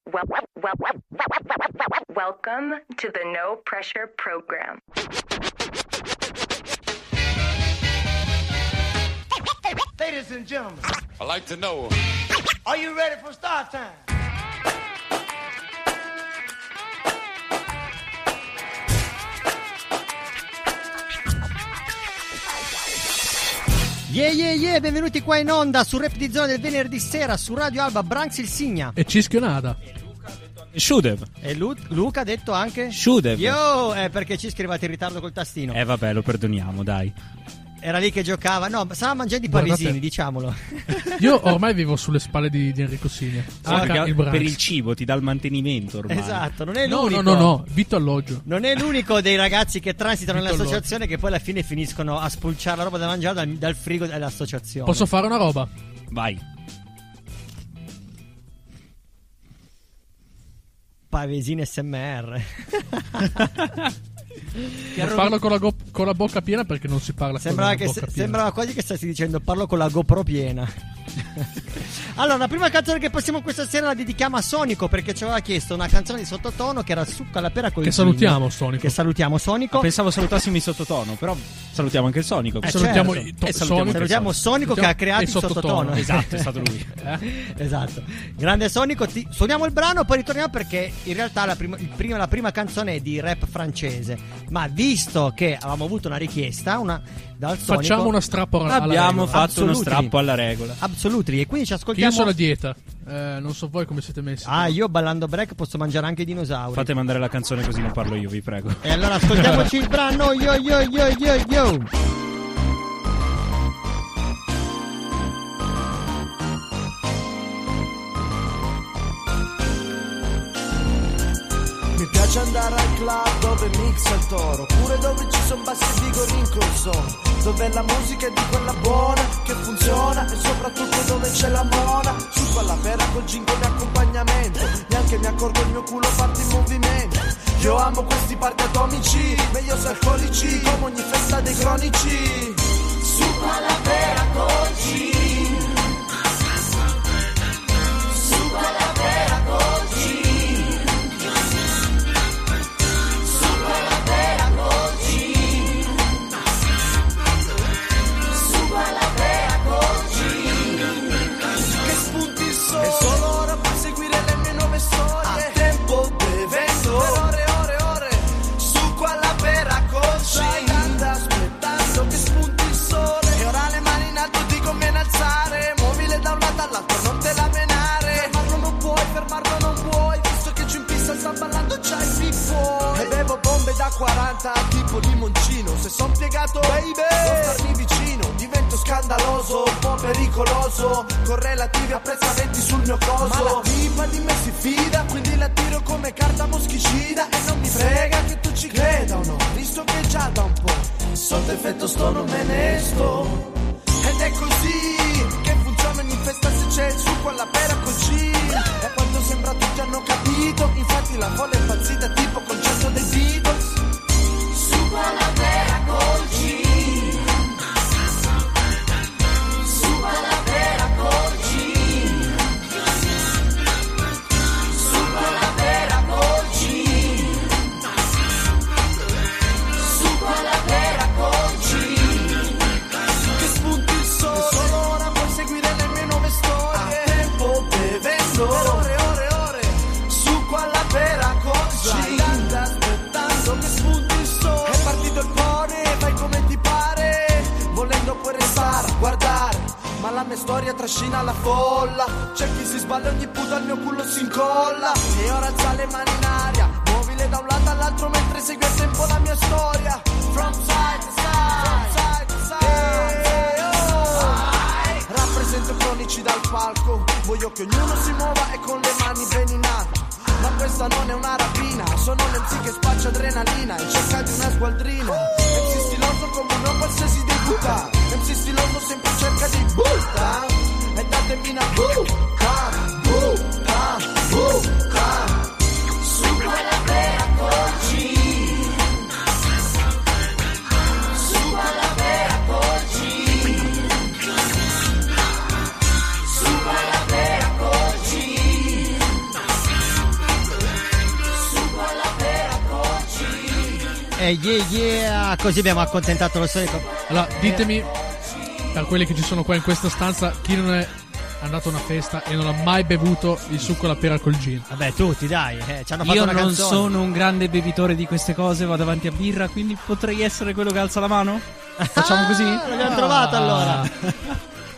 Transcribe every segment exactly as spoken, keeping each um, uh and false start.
Well, well, well, well, welcome to the No Pressure Program. Ladies and gentlemen, I'd like to know, are you ready for start time? Yeah yeah yeah, benvenuti qua in onda su Rap di Zona del venerdì sera su Radio Alba, Branx il Signa e Cischionada. Shudev. E Lu- Luca ha detto anche Shudev. Yo, è perché ci scrivate in ritardo col tastino. Eh vabbè, lo perdoniamo, dai. Era lì che giocava. No, stava mangiando i Guardate. parisini, diciamolo. Io ormai vivo sulle spalle di, di Enrico Signa. Ah, Cerca perché il Branx. per il cibo ti dà il mantenimento ormai. Esatto, non è No, l'unico. no, no, no, vitto alloggio. Non è l'unico dei ragazzi che transitano Vitto nell'associazione che poi alla fine finiscono a spulciare la roba da mangiare dal, dal frigo dell'associazione. Posso fare una roba? Vai. Pavesini S M R. Parlo con la, go- con la bocca piena perché non si parla Sembrava, con la che bocca se- piena. sembrava quasi che stessi dicendo parlo con la GoPro piena. Allora, la prima canzone che passiamo questa sera la dedichiamo a Sonico, perché ci aveva chiesto una canzone di sottotono che era Succa alla pera col Che gin. salutiamo, Sonico. Che salutiamo Sonico. Ah, pensavo salutassimo il sottotono, però salutiamo anche il Sonico. Eh, salutiamo certo. i to- E salutiamo Sonico. Salutiamo Sonico che ha creato e il sottotono. Esatto, è stato lui. Esatto. Grande Sonico, ti... suoniamo il brano, poi ritorniamo perché in realtà la prima, il primo- la prima canzone è di rap francese. Ma visto che avevamo avuto una richiesta, una dal Sonico, Facciamo una strappo alla alla Abbiamo regola. fatto uno Absolutely. strappo alla regola. Absolutely. E quindi ci Che ascoltiamo. io sono a dieta. Eh, non so voi come siete messi. Ah, io ballando break posso mangiare anche i dinosauri. Fate mandare la canzone così non parlo io, vi prego. E allora ascoltiamoci il brano. Yo yo yo yo yo. Mi piace andare al club dove mixa il toro, oppure dove ci sono bassi e vigori in console, dove la musica è di quella buona, che funziona, e soprattutto dove c'è la mona. Su quella pera col gin come accompagnamento, neanche mi accorgo il mio culo parte in movimento. Io amo questi party atomici, meglio se alcolici, come ogni festa dei cronici. Su quella pera col gin, su quella pera col gin. E solo ora puoi seguire le mie nuove storie. A tempo bevendo per ore, ore, ore. Su quella pera così anda aspettando che spunti il sole. E ora le mani in alto ti conviene alzare. Muovile da un lato all'altro, non te la menare. Fermarlo non puoi, fermarlo non puoi. Visto che giù in pista sta ballando c'hai i B-boy. E bevo bombe da quaranta tipo limoncino. Se son piegato, baby, non starmi vicino. Divento scandaloso, un po' pericoloso, con relativi apprezzamenti sul mio coso. Ma la tipa di me si fida, quindi la tiro come carta moschicida. E non mi frega che tu ci creda o no, visto che già da un po' sotto effetto sto non me ne sto. Ed è così che funziona ogni festa se c'è il succo alla pera col gin. E quando sembra tutti hanno capito, infatti la folla è impazzita tipo concerto dei Beatles. Succo alla pera col gin. Ma la mia storia trascina la folla. C'è chi si sbaglia ogni puto al mio culo si incolla. E ora alza le mani in aria, muovile da un lato all'altro mentre segue a tempo la mia storia. From side to side, from side to side. Hey, oh. Rappresento cronici dal palco, voglio che ognuno si muova e con le mani ben in alto. Ma questa non è una rapina, sono l'M C che spaccia adrenalina in cerca di una sgualdrina. M C stiloso come uno qualsiasi deputato, M C stiloso sempre in cerca di butta. E datemi una buca, buca, buca. Su quella pera col gin, su quella pera col gin, su quella pera col gin. E yeah yeah, così abbiamo accontentato lo storico. Allora, ditemi, per quelli che ci sono qua in questa stanza, chi non è andato a una festa e non ha mai bevuto il succo alla pera col gin? Vabbè, tutti, dai, eh, ci hanno fatto Io una non canzone. sono un grande bevitore di queste cose, vado avanti a birra, quindi potrei essere quello che alza la mano? Facciamo così? Ah, l'abbiamo trovato allora.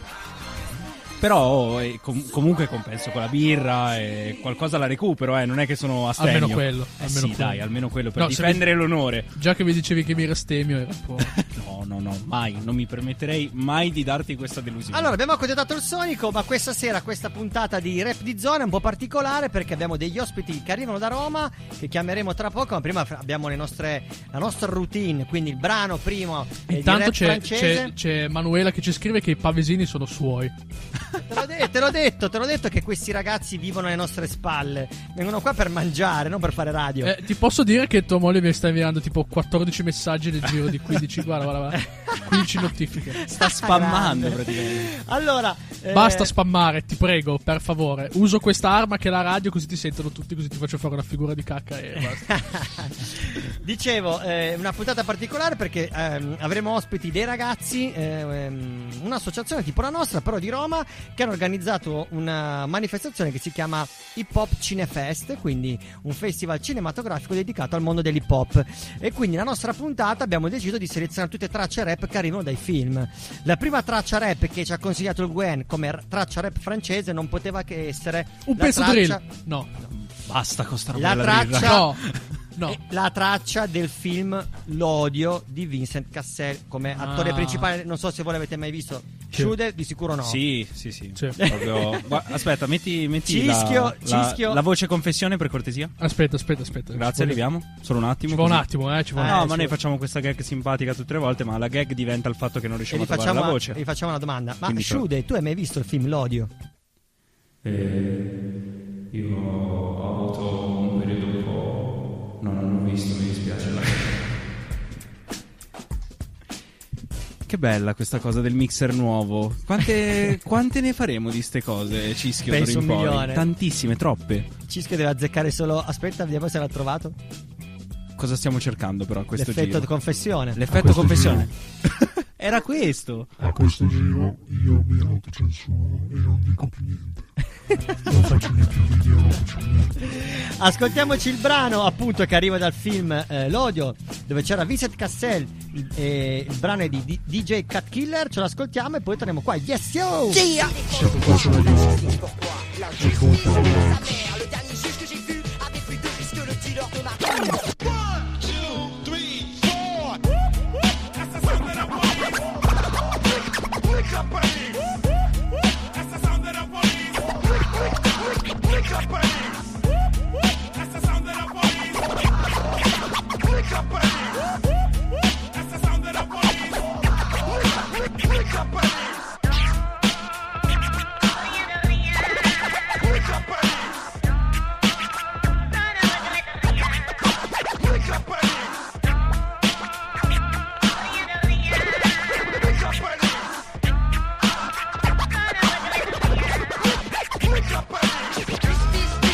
Però eh, com- comunque compenso con la birra e qualcosa la recupero, eh. Non è che sono astemio. Almeno quello, Eh almeno sì, quello. dai, almeno quello per No, se difendere l'onore. Già che mi dicevi che mi era stemio, era un po'. No, no, no, mai, non mi permetterei mai di darti questa delusione. Allora, abbiamo accontentato il Sonico, ma questa sera questa puntata di Rap di Zona è un po' particolare perché abbiamo degli ospiti che arrivano da Roma, che chiameremo tra poco, ma prima f- abbiamo le nostre, la nostra routine, quindi il brano primo eh, Intanto di rap c'è, francese. c'è, c'è Manuela che ci scrive che i pavesini sono suoi. Te l'ho, de- te l'ho detto, te l'ho detto che questi ragazzi vivono alle nostre spalle, vengono qua per mangiare, non per fare radio. Eh, ti posso dire che tua moglie mi sta inviando tipo quattordici messaggi nel giro di quindici, guarda, guarda, guarda, quindici notifiche. Sta spammando Grande. praticamente. Allora, eh, Basta spammare, ti prego, per favore. Uso questa arma che è la radio, così ti sentono tutti, così ti faccio fare una figura di cacca e basta. Dicevo, eh, una puntata particolare perché ehm, avremo ospiti dei ragazzi, ehm, un'associazione tipo la nostra, però di Roma, che hanno organizzato una manifestazione che si chiama Hip Hop Cinefest, quindi un festival cinematografico dedicato al mondo dell'hip hop. E quindi la nostra puntata abbiamo deciso di selezionare tutte tracce rap che arrivano dai film. La prima traccia rap che ci ha consigliato il Gwen come r- traccia rap francese non poteva che essere Un la pezzo traccia- drill. No, Basta con sta roba La della traccia- birra. no, no. E la traccia del film L'odio di Vincent Cassel come attore Ah. principale. Non so se voi l'avete mai visto. Sì. Shooter, di sicuro no. Sì, sì, sì. Sì. Proprio- Gua- Aspetta, metti, metti Cischio, la, la- cischio. la voce confessione per cortesia. Aspetta, aspetta, aspetta. Grazie, Ci vuole- arriviamo. Solo un attimo. Ci va un così. attimo, eh. Ci va Eh, un No, attimo. ma ci noi vuole. facciamo questa gag simpatica tutte le volte, ma la gag diventa il fatto che non E riusciamo gli a trovare facciamo, la voce. gli facciamo una domanda. Ma Quindi Shude, tu hai mai visto il film L'odio? Eh, io ho avuto un periodo un po'... No, non l'ho visto, mi dispiace. Che bella questa cosa del mixer nuovo. Quante, quante ne faremo di ste cose, Cischio? Penso d'ora in un poi? milione. Tantissime, troppe. Cischio deve azzeccare solo. Aspetta, vediamo se l'ha trovato. Cosa stiamo cercando però a questo L'effetto giro? di confessione. L'effetto questo confessione. Era questo. A questo giro io mi autocensuro e non dico più niente. Non faccio neanche un video, non faccio niente. Ascoltiamoci il brano appunto che arriva dal film eh, L'odio, dove c'era Vincent Cassel. Il, eh, il brano è di D- D J Cat Killer. Ce l'ascoltiamo e poi torniamo qua. Yes yo! Yeah! Siamo qua sulla lista. E conta relax. This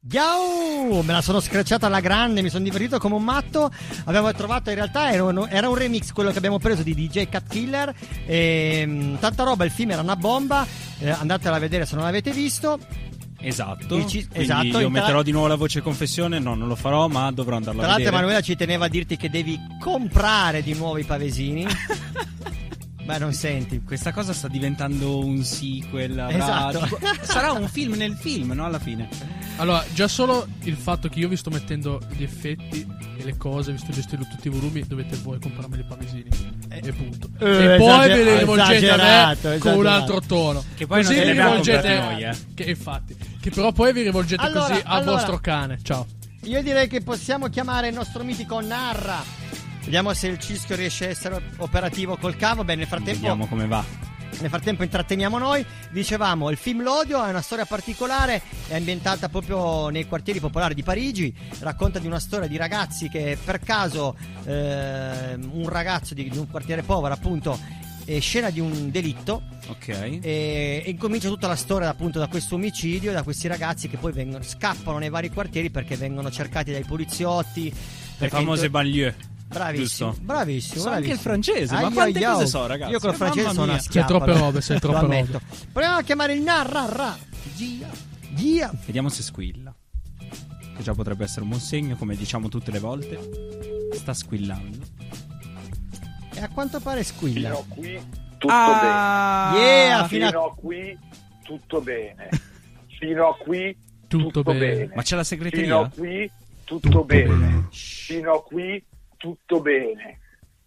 Ciao! Me la sono screcciata alla grande, mi sono divertito come un matto. Abbiamo trovato, in realtà era un, era un remix quello che abbiamo preso di D J Cat Killer. E, tanta roba, il film era una bomba. Eh, andatela a vedere se non l'avete visto. Esatto, ci- quindi esatto, io in tra- metterò di nuovo la voce confessione. No, non lo farò, ma dovrò andarlo Tra a l'altro vedere. Emanuela ci teneva a dirti che devi comprare di nuovo i pavesini. Beh, non senti. Questa cosa sta diventando un sequel. Avrà... Esatto. tipo- sarà un film nel film, no? Alla fine. Allora, già solo il fatto che io vi sto mettendo gli effetti e le cose, vi sto gestendo tutti i volumi, dovete voi comprarmi i pavesini. E punto. Eh, e poi esager- ve li rivolgete a me esagerato, con un esagerato. altro tono. Che poi Così non te vi li abbiamo rivolgete comprati noi, eh. Che infatti. Che però poi vi rivolgete Allora, così al allora. vostro cane. Ciao. Io direi che possiamo chiamare il nostro mitico Narra. Vediamo se il Cischio riesce a essere operativo col cavo. Beh, nel frattempo, Vediamo come va. nel frattempo intratteniamo noi. Dicevamo, il film L'Odio è una storia particolare, è ambientata proprio nei quartieri popolari di Parigi. Racconta di una storia di ragazzi che per caso eh, un ragazzo di, di un quartiere povero, appunto, è scena di un delitto. Ok. E, e incomincia tutta la storia appunto da questo omicidio, da questi ragazzi che poi vengono, scappano nei vari quartieri perché vengono cercati dai poliziotti. Le perché famose into- banlieue. Bravissimo, Giusto? bravissimo, So anche bravissimo. il francese, ma Ai, quante ai, cose ai. so, ragazzi? Io col Eh, francese mamma sono una mia. schiappa. Sei troppe lo- robe, sei lo troppe ammetto. Proviamo a chiamare il Narra. Gia. Gia. Vediamo se squilla. Che già potrebbe essere un buon segno, come diciamo tutte le volte. Sta squillando. E a quanto pare squilla. Fino a qui tutto Ah, Yeah, bene. fino a- Fino a qui tutto bene. Fino a qui Tutto tutto, bene. bene. Ma c'è la Fino a segreteria? qui tutto, bene. Fino a qui tutto bene.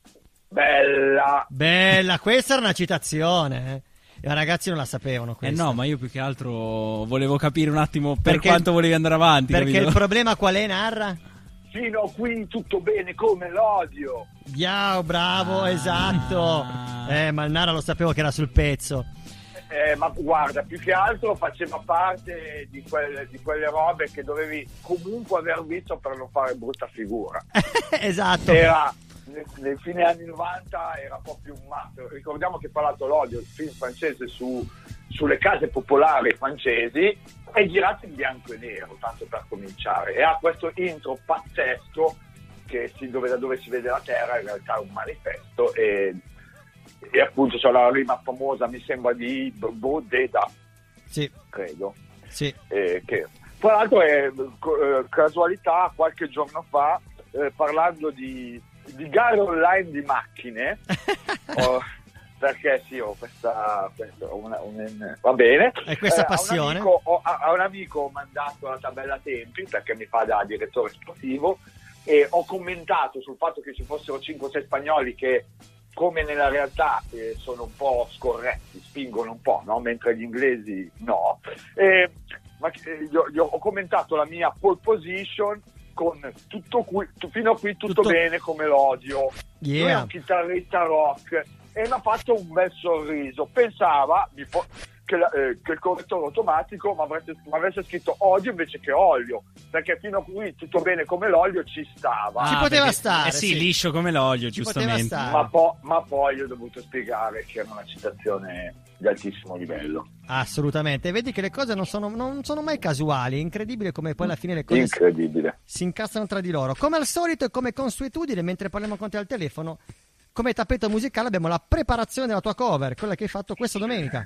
Bella. Bella, questa era una citazione. Eh. I ragazzi non la sapevano Eh questa. no, ma io più che altro volevo capire un attimo per Perché- quanto volevi andare avanti. Perché capito? il problema qual è, Narra? Fino a qui tutto bene come l'odio. Ciao, bravo, Ah. esatto. Eh, ma il Narra lo sapevo che era sul pezzo. Eh, ma guarda, più che altro faceva parte di quelle, di quelle robe che dovevi comunque aver visto per non fare brutta figura. Esatto. Era nel, nel fine anni novanta era proprio un matto. Ricordiamo che Palato l'Odio, il film francese su, sulle case popolari francesi, è girato in bianco e nero, tanto per cominciare, e ha questo intro pazzesco che si, dove, da dove si vede la terra in realtà è un manifesto, e, e appunto c'è la rima famosa, mi sembra di Baudelaire, Sì, credo, sì. eh, che tra l'altro è co- eh, casualità, qualche giorno fa, eh, parlando di, di gare online di macchine, ho- perché sì, ho questa, questa ho una, un, va bene. E questa Eh, passione? A un, amico, ho, a, a un amico ho mandato la tabella tempi, perché mi fa da direttore sportivo, e ho commentato sul fatto che ci fossero cinque o sei spagnoli che, come nella realtà, eh, sono un po' scorretti, spingono un po', no? Mentre gli inglesi no. Eh, ma eh, io, io ho commentato la mia pole position con tutto qui, tu- fino a qui tutto, Tutto- bene come l'odio. Yeah. Lui è un chitarrista rock e mi ha fatto un bel sorriso. Pensava mi po- che, la- eh, che il correttore automatico mi avesse, mi avesse scritto odio invece che olio, perché fino a qui tutto bene come l'olio ci stava. Ci poteva perché- stare, Eh sì, sì. liscio come l'olio, Ci poteva giustamente. stare. Ma, po- ma poi gli ho dovuto spiegare che era una citazione di altissimo livello. Assolutamente. E vedi che le cose non sono, non sono mai casuali. È incredibile come poi alla fine le cose si, Incredibile. si incastrano tra di loro. Come al solito e come consuetudine, mentre parliamo con te al telefono, come tappeto musicale abbiamo la preparazione della tua cover, quella che hai fatto questa domenica.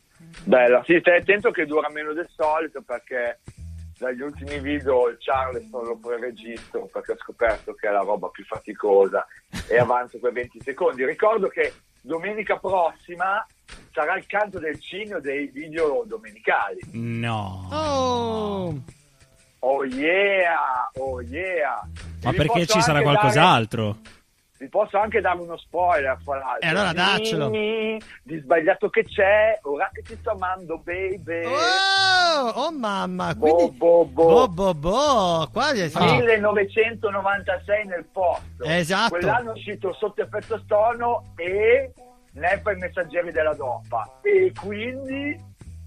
Bella, sì, stai attento che dura meno del solito, perché dagli ultimi video il Charleston lo preregistro, perché ho scoperto che è la roba più faticosa e avanzo per venti secondi. Ricordo che domenica prossima sarà il canto del cigno dei video domenicali. No. Oh! Oh yeah, oh yeah. Ma Vi perché posso ci sarà anche qualcos'altro? dare- vi posso anche dare uno spoiler, fra l'altro. E allora daccelo. Ni, ni, di sbagliato che c'è, ora che ti sto amando, baby. Oh, oh mamma, Bo, quindi bo, bo. boh, boh, boh, quasi Ah. millenovecentonovantasei nel posto. Esatto. Quell'anno è uscito Sotto effetto stono e Neppa i messaggeri della doppa. E quindi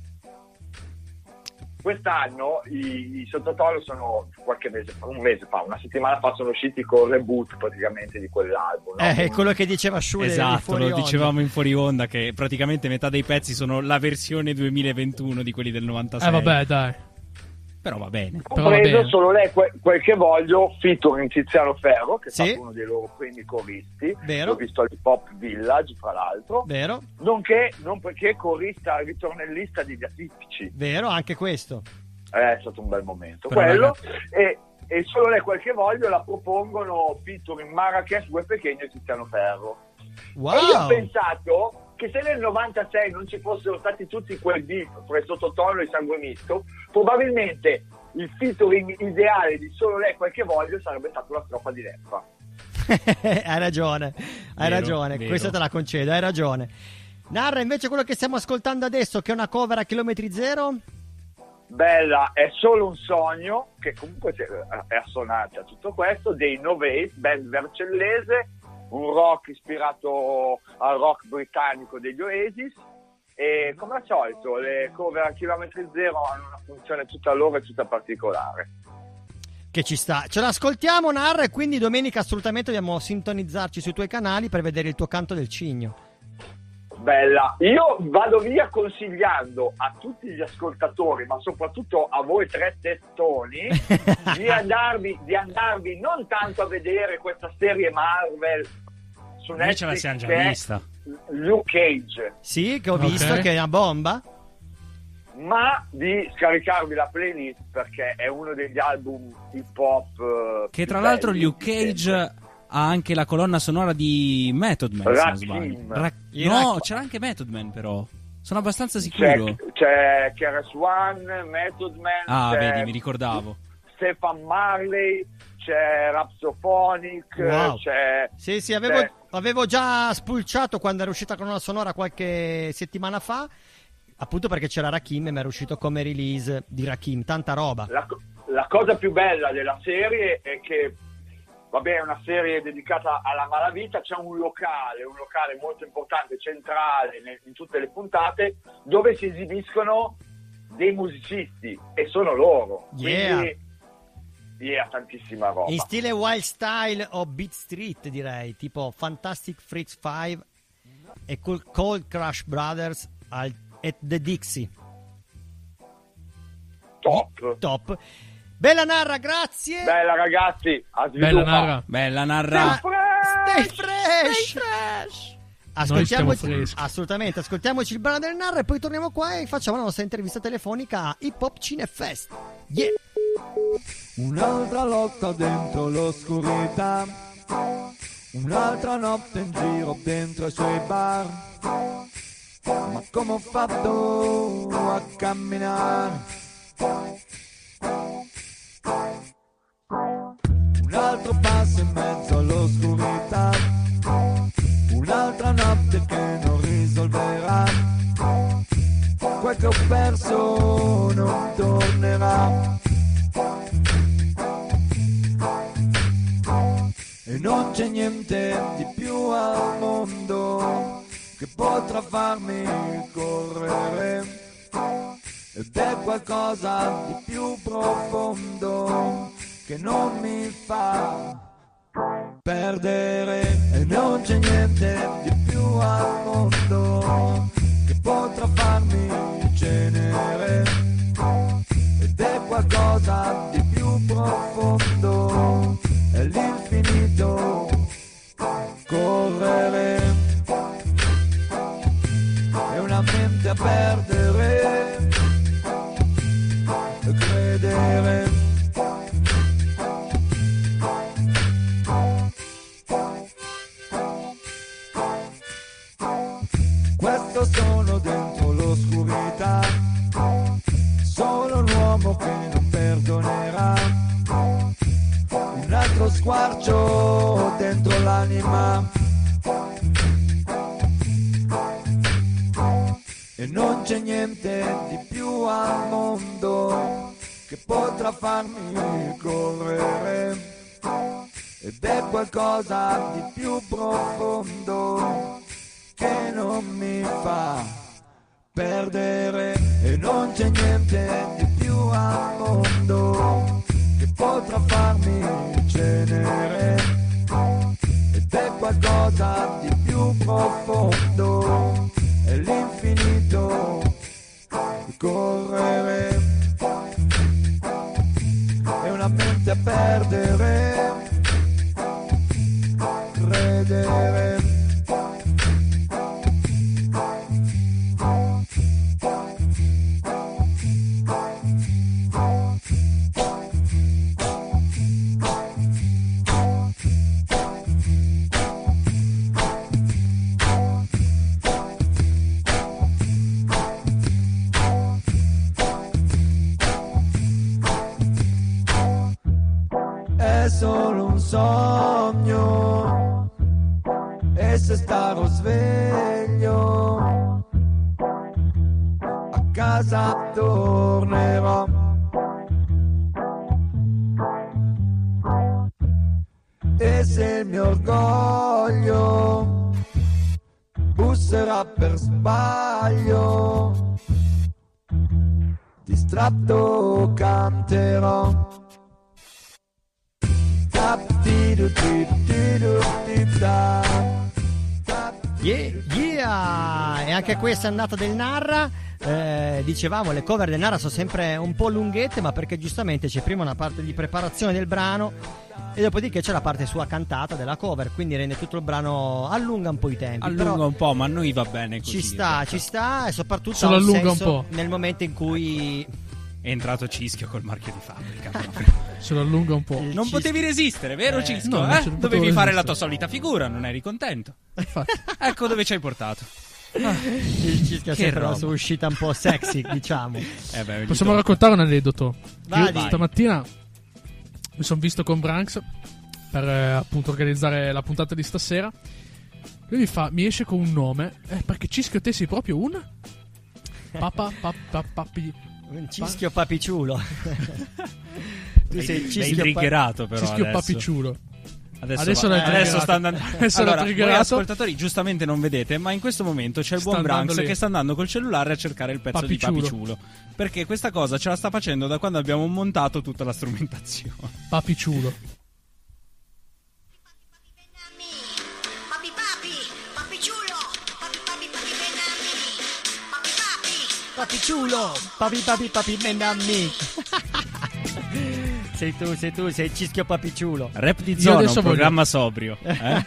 quest'anno i, i Sottotono sono qualche mese fa, un mese fa, una settimana fa sono usciti con il reboot praticamente di quell'album. No? Eh, è quello che diceva Sciule di Esatto, fuori lo onda. dicevamo in fuori onda che praticamente metà dei pezzi sono la versione duemilaventuno di quelli del novantasei. Eh vabbè, dai. Però va bene. Però va Compreso bene. Solo lei quel, quel che voglio, featuring Tiziano Ferro, che è Sì. stato uno dei loro primi coristi. Vero. L'ho visto al Hip Hop Village, fra l'altro. Vero? Nonché, non perché corista, ritornellista di Atipici. Vero, anche questo. Eh, È stato un bel momento Però, quello. ragazzi- E, e Solo lei quel che voglio la propongono featuring Marrakesh, Gue Pequeno e Tiziano Ferro. Wow. E io ho pensato che se nel novantasei non ci fossero stati tutti quel beef fra il Sottotono e il Sangue Misto, probabilmente il featuring ideale di Solo lei quel che voglio sarebbe stata la strofa di Leppa. Hai ragione, hai Vero, ragione, vero. questa te la concedo, hai ragione. Narra invece quello che stiamo ascoltando adesso, che è una cover a chilometri zero. Bella, è solo un sogno, che comunque è assonante a tutto questo, dei Novate, band vercellese, un rock ispirato al rock britannico degli Oasis. E come al solito le cover a chilometri zero hanno una funzione tutta loro e tutta particolare. Che ci sta, ce l'ascoltiamo Narra, e quindi domenica assolutamente dobbiamo sintonizzarci sui tuoi canali per vedere il tuo canto del cigno. Bella, io vado via consigliando a tutti gli ascoltatori, ma soprattutto a voi tre tettoni, di andarvi, di andarvi non tanto a vedere questa serie Marvel su Noi Netflix, ce la siamo già che è vista. Luke Cage, Sì, che ho Ok. visto che è una bomba. ma di scaricarvi la playlist perché è uno degli album hip hop eh, Che tra più l'altro belli Luke di Cage sempre. ha anche la colonna sonora di Method Man, se non Rakim. sbaglio. Ra- I no, Rack- c'era anche Method Man però. Sono abbastanza C'è, sicuro. c'è K R S One, Method Man, Ah, c'è vedi, mi ricordavo. Stefan Marley, c'è Rhapsoponic, Wow. c'è... Sì, sì, avevo, c'è- avevo già spulciato quando era uscita con una sonora qualche settimana fa, appunto perché c'era Rakim e mi era uscito come release di Rakim, tanta roba. La, co- la cosa più bella della serie è che, vabbè, è una serie dedicata alla malavita, c'è un locale, un locale molto importante, centrale ne- in tutte le puntate, dove si esibiscono dei musicisti e sono loro. Yeah. Quindi, yeah, tantissima roba. In stile Wild Style o Beat Street, direi, tipo Fantastic Freaks cinque e Cold, Cold Crush Brothers al, e The Dixie. Top. Top. Bella Narra, grazie. Bella ragazzi, a Bella sviluppo. Narra. Bella narra. Stay fresh. Noi stiamo Ascoltiamoci, freschi. assolutamente, ascoltiamoci il brano del Narra e poi torniamo qua e facciamo la nostra intervista telefonica a Hip Hop Cinefest. Yeah. Un'altra lotta dentro l'oscurità, un'altra notte in giro dentro i suoi bar. Ma come ho fatto a camminare? Un altro passo in mezzo all'oscurità, un'altra notte che non risolverà. Quel che ho perso non tornerà. E non c'è niente di più al mondo che potrà farmi correre. Ed è qualcosa di più profondo che non mi fa perdere. E non c'è niente di più al mondo che potrà farmi cenere. Ed è qualcosa di più profondo, è l'infinito correre. È una mente a perdere e credere. Questo sono dentro l'oscurità, sono un uomo che non perdonerà. Un altro squarcio dentro l'anima e non c'è niente di più al mondo che potrà farmi correre. Ed è qualcosa di più profondo che non mi fa perdere. E non c'è niente di più al mondo che potrà farmi cenere. Ed è qualcosa di più profondo, è l'infinito correre. perdere, credere. È solo un sogno, e se starò sveglio a casa tornerò. E se il mio orgoglio busserà per sbaglio, distratto canterò. Yeah, yeah! E anche questa è andata del Narra. Eh, dicevamo, le cover del Narra sono sempre un po' lunghette, ma perché giustamente c'è prima una parte di preparazione del brano e dopodiché c'è la parte sua cantata della cover, quindi rende tutto il brano, allunga un po' i tempi. Allunga però un po', ma a noi va bene così. Ci sta, ci sta, e soprattutto Se lo ha un allunga un senso po'. nel momento in cui È entrato Cischio col marchio di fabbrica proprio. Se lo allunga un po'. Il Non Cischio- potevi resistere, vero Eh, Cischio? no, non eh? ce ne potevo Dovevi fare la resistere. tua solita figura, non eri contento. Infatti. Ecco dove ci hai portato. il Cischio ha Che sempre la roba. sua uscita un po' sexy, diciamo. Eh beh, ogni Possiamo tanto- raccontare un aneddoto. Vai. Io stamattina mi sono visto con Branks per eh, appunto organizzare la puntata di stasera. Lui mi fa, mi esce con un nome, eh, perché Cischio te sei proprio un Papa Papa Papi Un Cischio papiciulo. Tu sei L'hai Cischio pa- triggerato però Cischio adesso. Papiciulo. Adesso, Adesso va- l'hai adesso triggerato. sta andando. Adesso l'ha allora, voi triggerato. ascoltatori giustamente non vedete, ma in questo momento c'è il Sta buon andando Branks lì. che sta andando col cellulare a cercare il pezzo Papiciulo. di Papiciulo. Perché questa cosa ce la sta facendo da quando abbiamo montato tutta la strumentazione. Papiciulo. Papi papi, papi ciulo, papi papi papi benami, papi papi. Papiciulo, papi papi papi benammi. Sei tu, sei tu, sei Cischio papiciulo. Rap di Io zona, un adesso voglio- programma sobrio. Eh?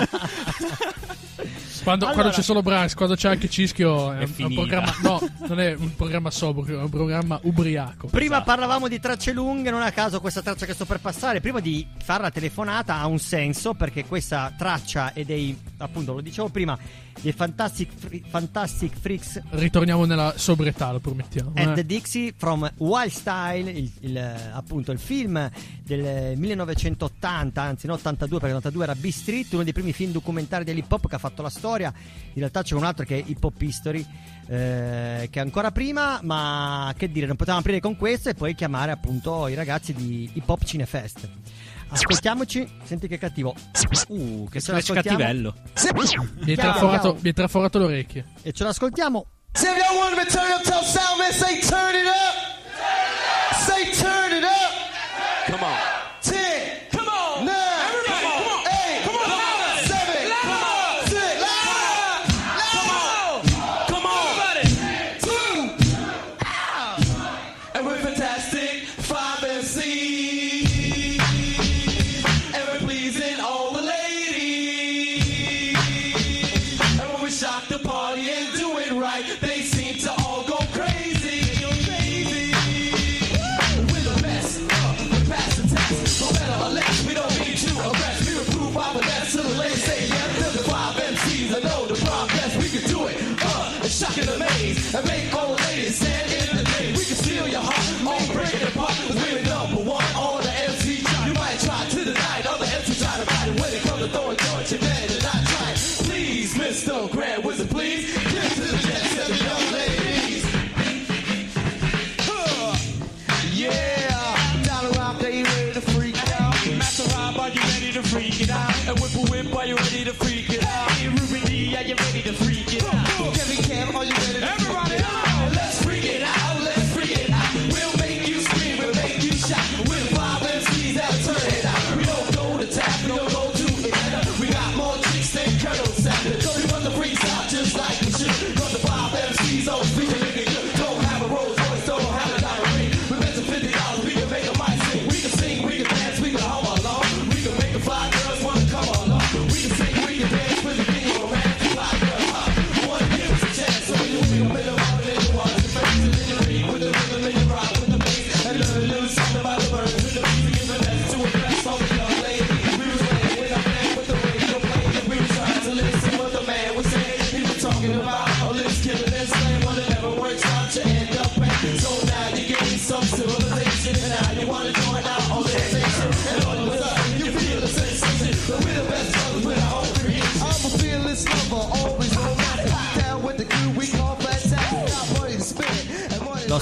Quando, Allora- quando c'è solo Branks, quando c'è anche Cischio è, È un, è un finita. programma. No, non è un programma sobrio, è un programma ubriaco. Prima Esatto. parlavamo di tracce lunghe, non a caso questa traccia che sto per passare, prima di fare la telefonata ha un senso, perché questa traccia è dei, appunto lo dicevo prima, dei Fantastic, Fre- Fantastic Freaks Ritorniamo nella sobrietà, lo promettiamo. and eh. the Dixie from Wild Style, il, il, eh, appunto il film del millenovecentottanta, anzi no ottantadue, perché l'ottantadue era B Street, uno dei primi film documentari dell'hip hop che ha fatto la storia. In realtà c'è un altro che è Hip Hop History, eh, che è ancora prima, ma che dire, non potevamo aprire con questo e poi chiamare appunto i ragazzi di Hip Hop Cinefest. Ascoltiamoci, senti che cattivo. Uh, che Ce l'ascoltiamo? scratch cattivello. Mi hai Chiaro, traforato, chiaro. mi hai traforato le orecchie. E ce l'ascoltiamo. Say if y'all want me to turn up, tell sound man, say turn it up. Say turn it up. Come on. Ten. Come on. Nine. Everybody, come on. Eight. Come on. Seven. Come on. Six. Come on. Come on. Two. And we're fantastic. Five M C. And we're pleasing all the ladies. And when we shock the party and do it right, they seem to all go crazy. Crazy.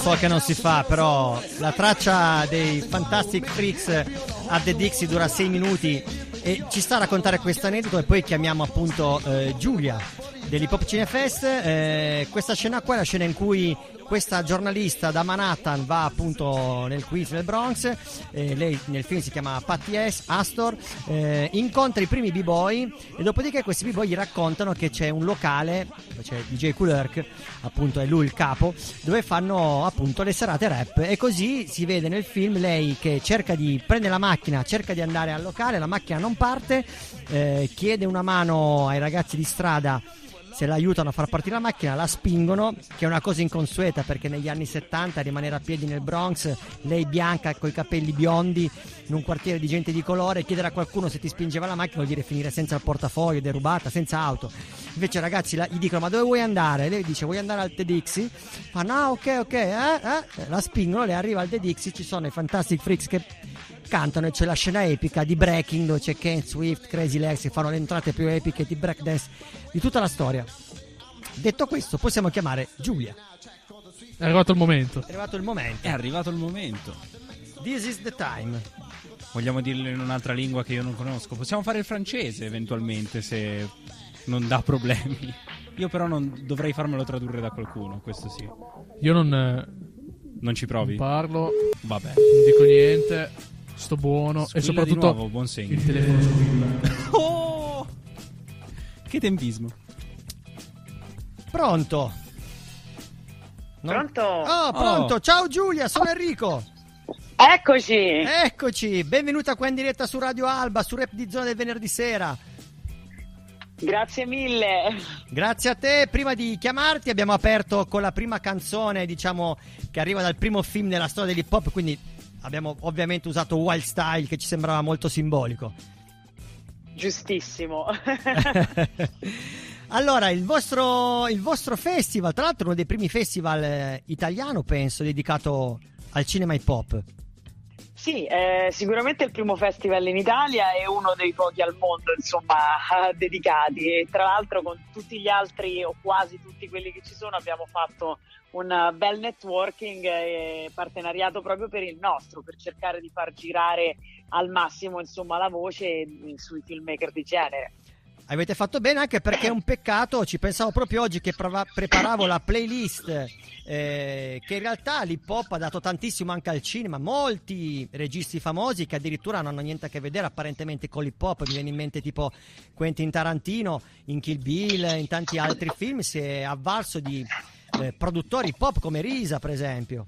so che non si fa, però la traccia dei Fantastic Freaks a The Dixie dura sei minuti e ci sta a raccontare questo aneddoto, e poi chiamiamo appunto eh, Giulia dell'Hip Hop Cinefest. Eh, questa scena qua è la scena in cui questa giornalista da Manhattan va appunto nel Queens, nel Bronx, eh, lei nel film si chiama Patty S. Astor, eh, incontra i primi b-boy e dopodiché questi b-boy gli raccontano che c'è un locale, c'è D J Kool Herc, appunto è lui il capo, dove fanno appunto le serate rap, e così si vede nel film lei che cerca di prende la macchina, cerca di andare al locale, la macchina non parte, eh, chiede una mano ai ragazzi di strada se la aiutano a far partire la macchina, la spingono, che è una cosa inconsueta perché negli anni settanta rimanere a piedi nel Bronx, lei bianca coi capelli biondi in un quartiere di gente di colore, chiedere a qualcuno se ti spingeva la macchina vuol dire finire senza il portafoglio, derubata, senza auto. Invece ragazzi la, gli dicono ma dove vuoi andare? Lei dice voglio andare al The Dixie. Fa no, ok ok, eh, eh. La spingono, lei arriva al The Dixie, ci sono i Fantastic Freaks che cantano e c'è la scena epica di breaking dove c'è Ken Swift, Crazy Legs che fanno le entrate più epiche di breakdance di tutta la storia. Detto questo, possiamo chiamare Giulia. È arrivato il momento. È arrivato il momento. È arrivato il momento. This is the time. Vogliamo dirlo in un'altra lingua che io non conosco? Possiamo fare il francese eventualmente se non dà problemi. Io però non dovrei farmelo tradurre da qualcuno, questo sì. Io non, eh, Non ci provi? non parlo, Vabbè. non dico niente. Sto buono. Squilla e soprattutto di nuovo, buon segno. il telefono squilla. Oh! Che tempismo. Pronto? No? Pronto? Oh, pronto. Oh. Ciao Giulia, sono Enrico. Eccoci! Eccoci, benvenuta qua in diretta su Radio Alba, su Rap di Zona del venerdì sera. Grazie mille. Grazie a te. Prima di chiamarti abbiamo aperto con la prima canzone, diciamo, che arriva dal primo film della storia dell'hip hop, quindi abbiamo ovviamente usato Wild Style, che ci sembrava molto simbolico. Giustissimo. Allora, il vostro, il vostro festival, tra l'altro uno dei primi festival eh, italiano, penso, dedicato al cinema hip hop. Sì, è sicuramente il primo festival in Italia e uno dei pochi al mondo, insomma, dedicati. E tra l'altro con tutti gli altri, o quasi tutti quelli che ci sono, abbiamo fatto un bel networking e partenariato proprio per il nostro, per cercare di far girare al massimo, insomma, la voce sui filmmaker di genere. Avete fatto bene, anche perché è un peccato, ci pensavo proprio oggi che prova- preparavo la playlist, eh, che in realtà l'hip hop ha dato tantissimo anche al cinema, molti registi famosi che addirittura non hanno niente a che vedere apparentemente con l'hip hop, mi viene in mente tipo Quentin Tarantino in Kill Bill, in tanti altri film si è avvalso di eh, produttori hip hop come Risa per esempio.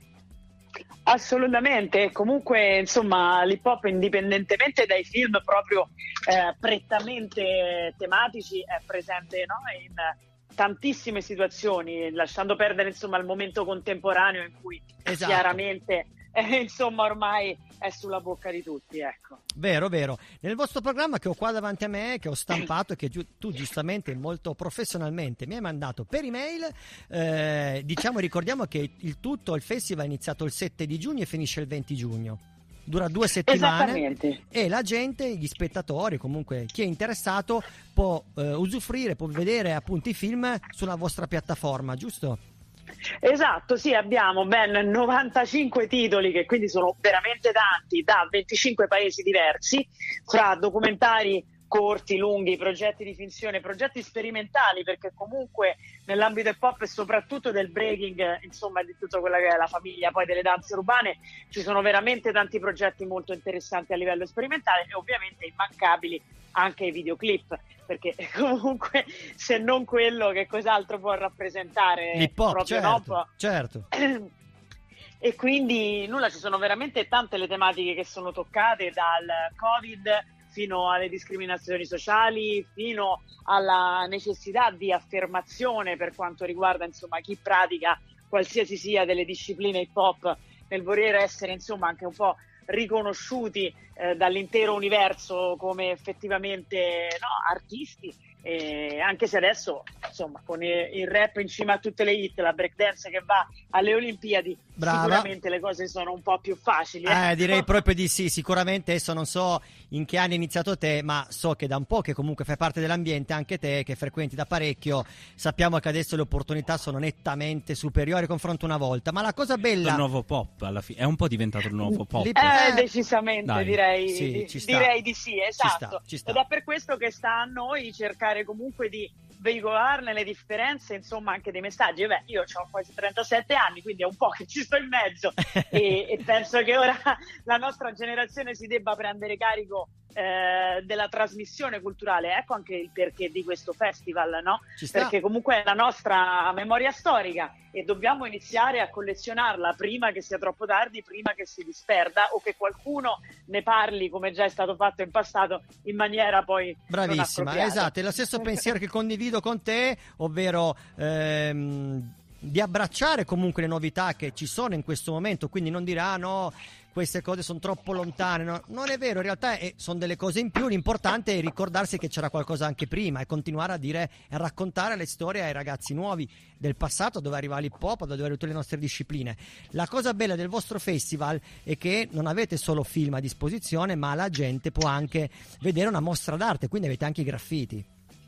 Assolutamente, comunque insomma l'hip hop indipendentemente dai film proprio eh, prettamente tematici è presente, no? in tantissime situazioni, lasciando perdere insomma il momento contemporaneo in cui Esatto. chiaramente eh, insomma ormai è sulla bocca di tutti, ecco. Vero, vero. Nel vostro programma che ho qua davanti a me, che ho stampato e che giu- tu giustamente molto professionalmente mi hai mandato per email, eh, diciamo, ricordiamo che il tutto, il festival è iniziato il sette di giugno e finisce il venti giugno. Dura due settimane Esattamente. e la gente, gli spettatori, comunque chi è interessato può eh, usufruire, può vedere appunto i film sulla vostra piattaforma, giusto? Esatto, sì, abbiamo ben novantacinque titoli, che quindi sono veramente tanti, da venticinque paesi diversi, fra documentari corti, lunghi, progetti di finzione, progetti sperimentali, perché comunque nell'ambito hip hop e soprattutto del breaking, insomma di tutta quella che è la famiglia poi delle danze urbane, ci sono veramente tanti progetti molto interessanti a livello sperimentale e ovviamente immancabili anche i videoclip, perché comunque se non quello che cos'altro può rappresentare L'hip hop, proprio, certo, no? certo. E quindi nulla, ci sono veramente tante le tematiche che sono toccate, dal Covid fino alle discriminazioni sociali, fino alla necessità di affermazione per quanto riguarda insomma chi pratica qualsiasi sia delle discipline hip hop, nel voler essere insomma anche un po' riconosciuti eh, dall'intero universo come effettivamente no, artisti E anche se adesso, insomma, con il, il rap in cima a tutte le hit, la breakdance che va alle Olimpiadi, Brava. sicuramente le cose sono un po' più facili. Eh, Eh, direi proprio di sì, sicuramente. Adesso non so in che anno hai iniziato te, ma so che da un po' che comunque fai parte dell'ambiente, anche te che frequenti da parecchio, sappiamo che adesso le opportunità sono nettamente superiori confronto a una volta, ma la cosa bella... Il nuovo pop alla fine, è un po' diventato il nuovo pop. Li- Eh, Eh, decisamente, dai. direi, Sì, di, ci sta. direi di sì, esatto. sta, ci sta. Ed è per questo che sta a noi cercare comunque di veicolarne le differenze, insomma, anche dei messaggi. E beh, io ho quasi trentasette anni, quindi è un po' che ci sto in mezzo e, e penso che ora la nostra generazione si debba prendere carico eh, della trasmissione culturale. Ecco anche il perché di questo festival, no? Ci sta. Perché comunque è la nostra memoria storica e dobbiamo iniziare a collezionarla prima che sia troppo tardi, prima che si disperda o che qualcuno ne parli, come già è stato fatto in passato, in maniera poi non Bravissima, appropriata. esatto, è lo stesso pensiero che condivido con te, ovvero ehm, di abbracciare comunque le novità che ci sono in questo momento, quindi non dire ah no, queste cose sono troppo lontane, no, non è vero, in realtà è, sono delle cose in più, l'importante è ricordarsi che c'era qualcosa anche prima e continuare a dire e a raccontare le storie ai ragazzi nuovi del passato, dove arriva l'hip hop, dove arrivano tutte le nostre discipline. La cosa bella del vostro festival è che non avete solo film a disposizione, ma la gente può anche vedere una mostra d'arte, quindi avete anche i graffiti.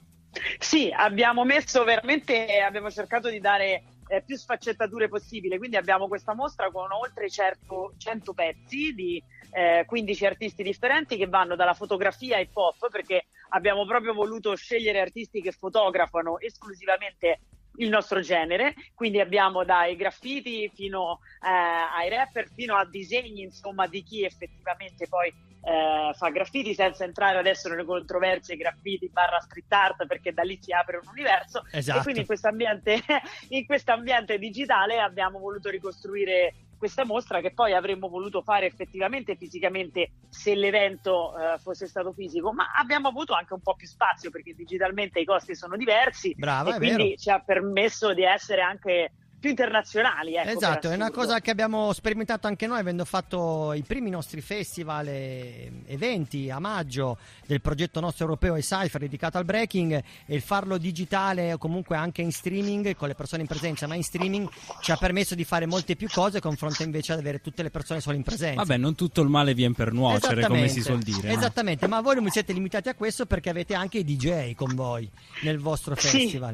Sì, abbiamo messo veramente, abbiamo cercato di dare eh, più sfaccettature possibile, quindi abbiamo questa mostra con oltre certo, cento pezzi di eh, quindici artisti differenti che vanno dalla fotografia ai pop, perché abbiamo proprio voluto scegliere artisti che fotografano esclusivamente il nostro genere, quindi abbiamo dai graffiti fino eh, ai rapper, fino a disegni, insomma, di chi effettivamente poi eh, fa graffiti, senza entrare adesso nelle controversie graffiti barra street art, perché da lì si apre un universo. Esatto. E quindi in questo ambiente in questo ambiente digitale abbiamo voluto ricostruire questa mostra, che poi avremmo voluto fare effettivamente fisicamente se l'evento eh, fosse stato fisico, ma abbiamo avuto anche un po' più spazio perché digitalmente i costi sono diversi. Brava, e è quindi vero. ci ha permesso di essere anche più internazionali. Ecco, Esatto, per è una assurdo. cosa che abbiamo sperimentato anche noi, avendo fatto i primi nostri festival e eventi a maggio del progetto nostro europeo e Cypher dedicato al breaking, e il farlo digitale o comunque anche in streaming con le persone in presenza, ma in streaming ci ha permesso di fare molte più cose confronto invece ad avere tutte le persone solo in presenza. Vabbè, non tutto il male viene per nuocere, come si suol dire. no? Esattamente, ma voi non vi siete limitati a questo perché avete anche i D J con voi nel vostro Sì. festival.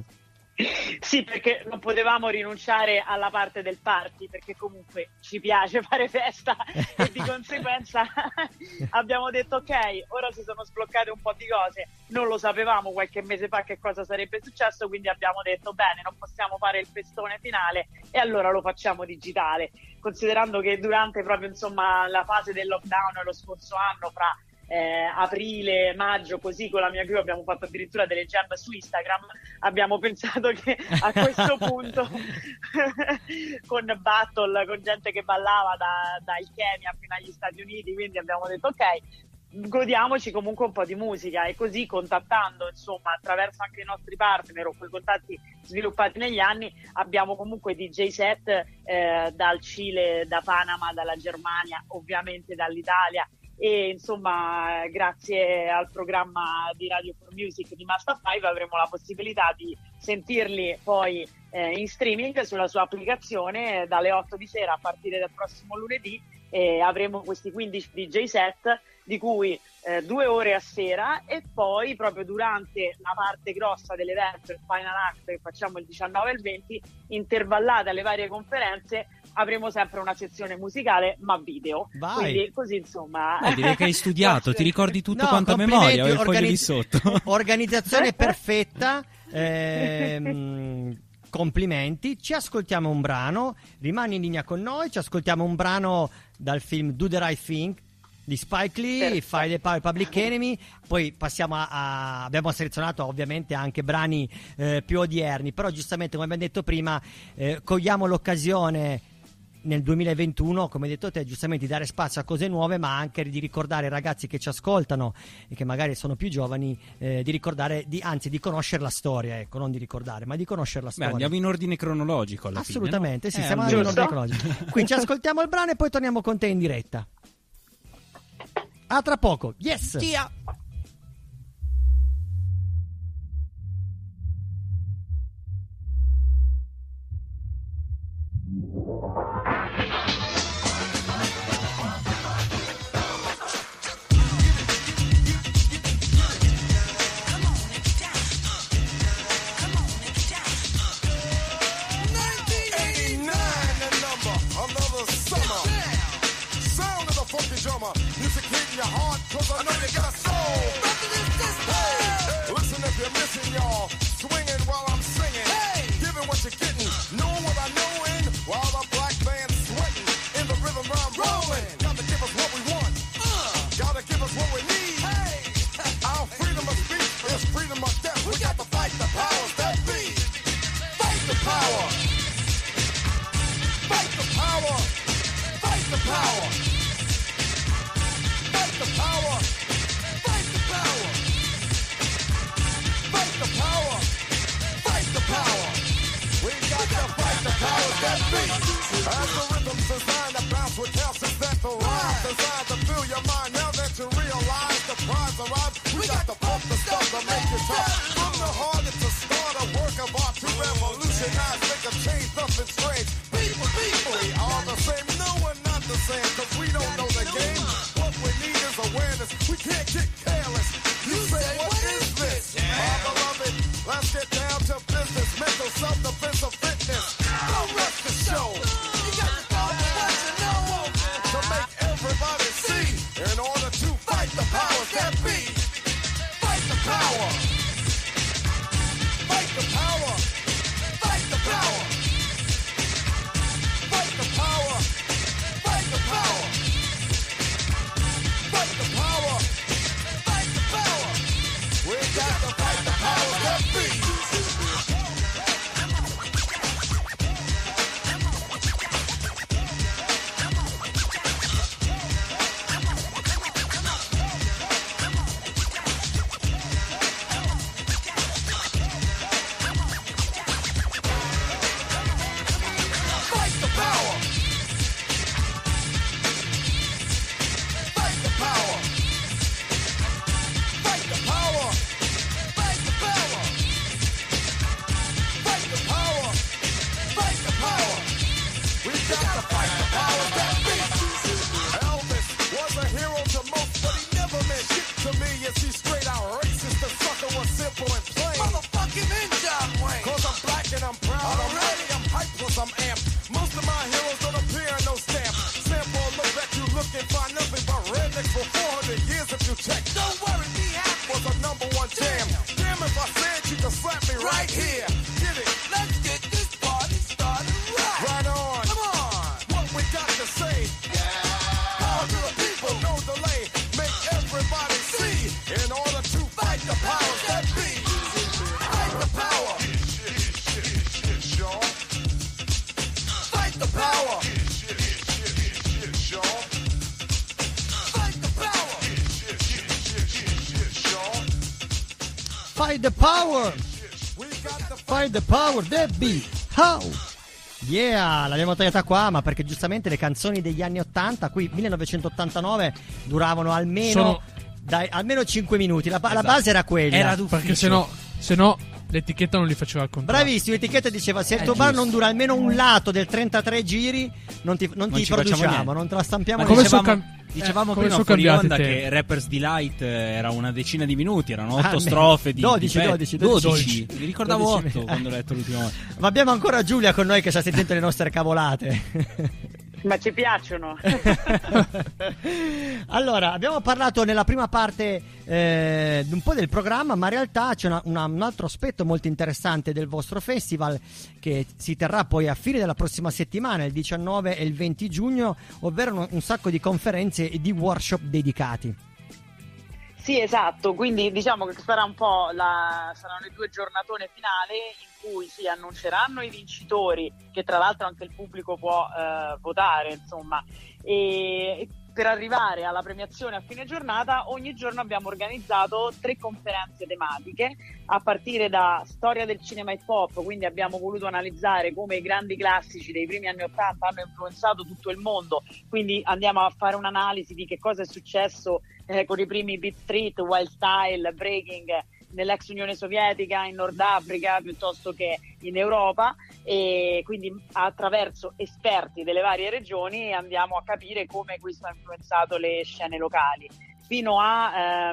Sì, perché non potevamo rinunciare alla parte del party, perché comunque ci piace fare festa e di conseguenza abbiamo detto ok, ora si sono sbloccate un po' di cose, non lo sapevamo qualche mese fa che cosa sarebbe successo, quindi abbiamo detto bene, non possiamo fare il festone finale e allora lo facciamo digitale, considerando che durante proprio insomma la fase del lockdown lo scorso anno, fra Eh, aprile, maggio, così con la mia crew abbiamo fatto addirittura delle jam su Instagram, abbiamo pensato che a questo punto con battle, con gente che ballava da, dal Kenya fino agli Stati Uniti, quindi abbiamo detto ok, godiamoci comunque un po' di musica, e così contattando insomma attraverso anche i nostri partner o quei contatti sviluppati negli anni abbiamo comunque D J set eh, dal Cile, da Panama, dalla Germania, ovviamente dall'Italia. E insomma grazie al programma di Radio for Music di Master five avremo la possibilità di sentirli poi eh, in streaming sulla sua applicazione dalle otto di sera a partire dal prossimo lunedì, e avremo questi quindici D J set di cui eh, due ore a sera, e poi proprio durante la parte grossa dell'evento, il final act che facciamo il diciannove e il venti, intervallate alle varie conferenze, avremo sempre una sezione musicale ma video. Vai. Quindi così insomma Beh, direi che hai studiato, ti ricordi tutto No, quanto a complimenti, memoria, ho il foglio organi- lì sotto. Organizzazione perfetta. ehm, complimenti. Ci ascoltiamo un brano, rimani in linea con noi, ci ascoltiamo un brano dal film Do the Right Thing di Spike Lee, Perfetto. Fai the Power, Public Enemy, poi passiamo a, a abbiamo selezionato ovviamente anche brani eh, più odierni, però giustamente come abbiamo detto prima eh, cogliamo l'occasione nel duemilaventuno, come hai detto te, giustamente di dare spazio a cose nuove, ma anche di ricordare ai ragazzi che ci ascoltano e che magari sono più giovani, eh, di ricordare, di, anzi di conoscere la storia, ecco, non di ricordare, ma di conoscere la Beh, storia. andiamo in ordine cronologico alla Assolutamente, fine, sì, no? stiamo Eh, andando in giusto. ordine cronologico. Quindi ci ascoltiamo il brano e poi torniamo con te in diretta. A tra poco, yes! Tia. funky drummer. Music hitting your heart, cause I know you got a soul. Hey, listen if you're missing, y'all. Swinging while I'm singing. Hey, giving what you're getting. Know what I know in while the black band's sweating. In the rhythm I'm rolling. Gotta give us what we want. Uh, gotta give us what we need. Hey, our freedom of speech is freedom of death. We got to fight the powers that be. Fight the power. Fight the power. Fight the power. Fight the power. Fight the power. Fight the power. Fight the power. We got to fight the powers that be. As the rhythm's designed to bounce with calcium that the rhyme designed to fill your mind. Now that you realize the prize arrives, we got to pump the stuff to make it tough. From the heart, it's a start, a work of art to revolutionize, make a change, nothing strange. People, people, we are the same. No, we're not the same, cause we don't know the game. What we need is awareness. We can't get careless. You say, what is this? My beloved, let's get down to business. Mental self-defense of fitness. Don't rush the show. You got to go with what you know to make everybody see. In order to fight the powers that be. Fight the power. Fight the power. Fight the power. Fight the power. Fight the power. Fight the power. Fight the power. We got to fight the powers that be. Fight the power. Fight the power. Fight the power. Fight the power. Fight the power. Fight the power. We got to fight the powers that be. Elvis was a hero to most, but he never meant shit to me. Is he straight out racist? The sucker was simple and plain. Motherfucking in John Wayne. Cause I'm black and I'm proud. I'm ready, I'm hyped plus I'm amped. Most of my heroes don't appear in no stamp. Sample look that you look and find nothing but rednecks for four hundred years if you check. Don't worry, be happy. Was a number one jam. Damn if I said you could slap me right here. Get it? Let's get this party started right. Right on. Come on. What we got to say. Yeah. Power to the people, no delay. Make everybody see. In order to fight the powers that be. Fight the power. Fight the power. Fight the power. Fight the power. Fight the power that be. How? Yeah, l'abbiamo tagliata qua, ma perché giustamente le canzoni degli anni ottanta, qui millenovecentottantanove, duravano almeno Sono- dai, almeno cinque minuti. La, ba- la Esatto. base era quella. Era d'ufficio. Perché se no, se no l'etichetta non li faceva al contrario. Bravissimo, l'etichetta diceva se il È tuo bar giusto. non dura almeno un lato del trentatré giri, non ti, non Non ti ci facciamo produciamo, niente. non te la stampiamo. Ma come neanche. sono dicevamo, cam- dicevamo eh, come prima sono fuori cambiati onda i che tempi. Rapper's Delight eh, era una decina di minuti, erano Ah, otto ne- strofe di dodici, di pe- dodici, dodici. dodici. Mi ricordavo dodici. otto quando ho letto l'ultima volta. Ma abbiamo ancora Giulia con noi che sta sentendo le nostre cavolate. Ma ci piacciono. Allora, abbiamo parlato nella prima parte eh, un po' del programma, ma in realtà c'è una- una- un altro aspetto molto interessante del vostro festival che si terrà poi a fine della prossima settimana, il diciannove e il venti giugno, ovvero un, un sacco di conferenze e di workshop dedicati. Sì, esatto, quindi diciamo che sarà un po' la, saranno le due giornatone finali in cui si annunceranno i vincitori, che tra l'altro anche il pubblico può eh, votare, insomma, e per arrivare alla premiazione a fine giornata ogni giorno abbiamo organizzato tre conferenze tematiche a partire da storia del cinema hip hop, quindi abbiamo voluto analizzare come i grandi classici dei primi anni ottanta hanno influenzato tutto il mondo, quindi andiamo a fare un'analisi di che cosa è successo eh, con i primi Beat Street, Wild Style, Breaking nell'ex Unione Sovietica, in Nord Africa piuttosto che in Europa, e quindi attraverso esperti delle varie regioni andiamo a capire come questo ha influenzato le scene locali, fino a ehm,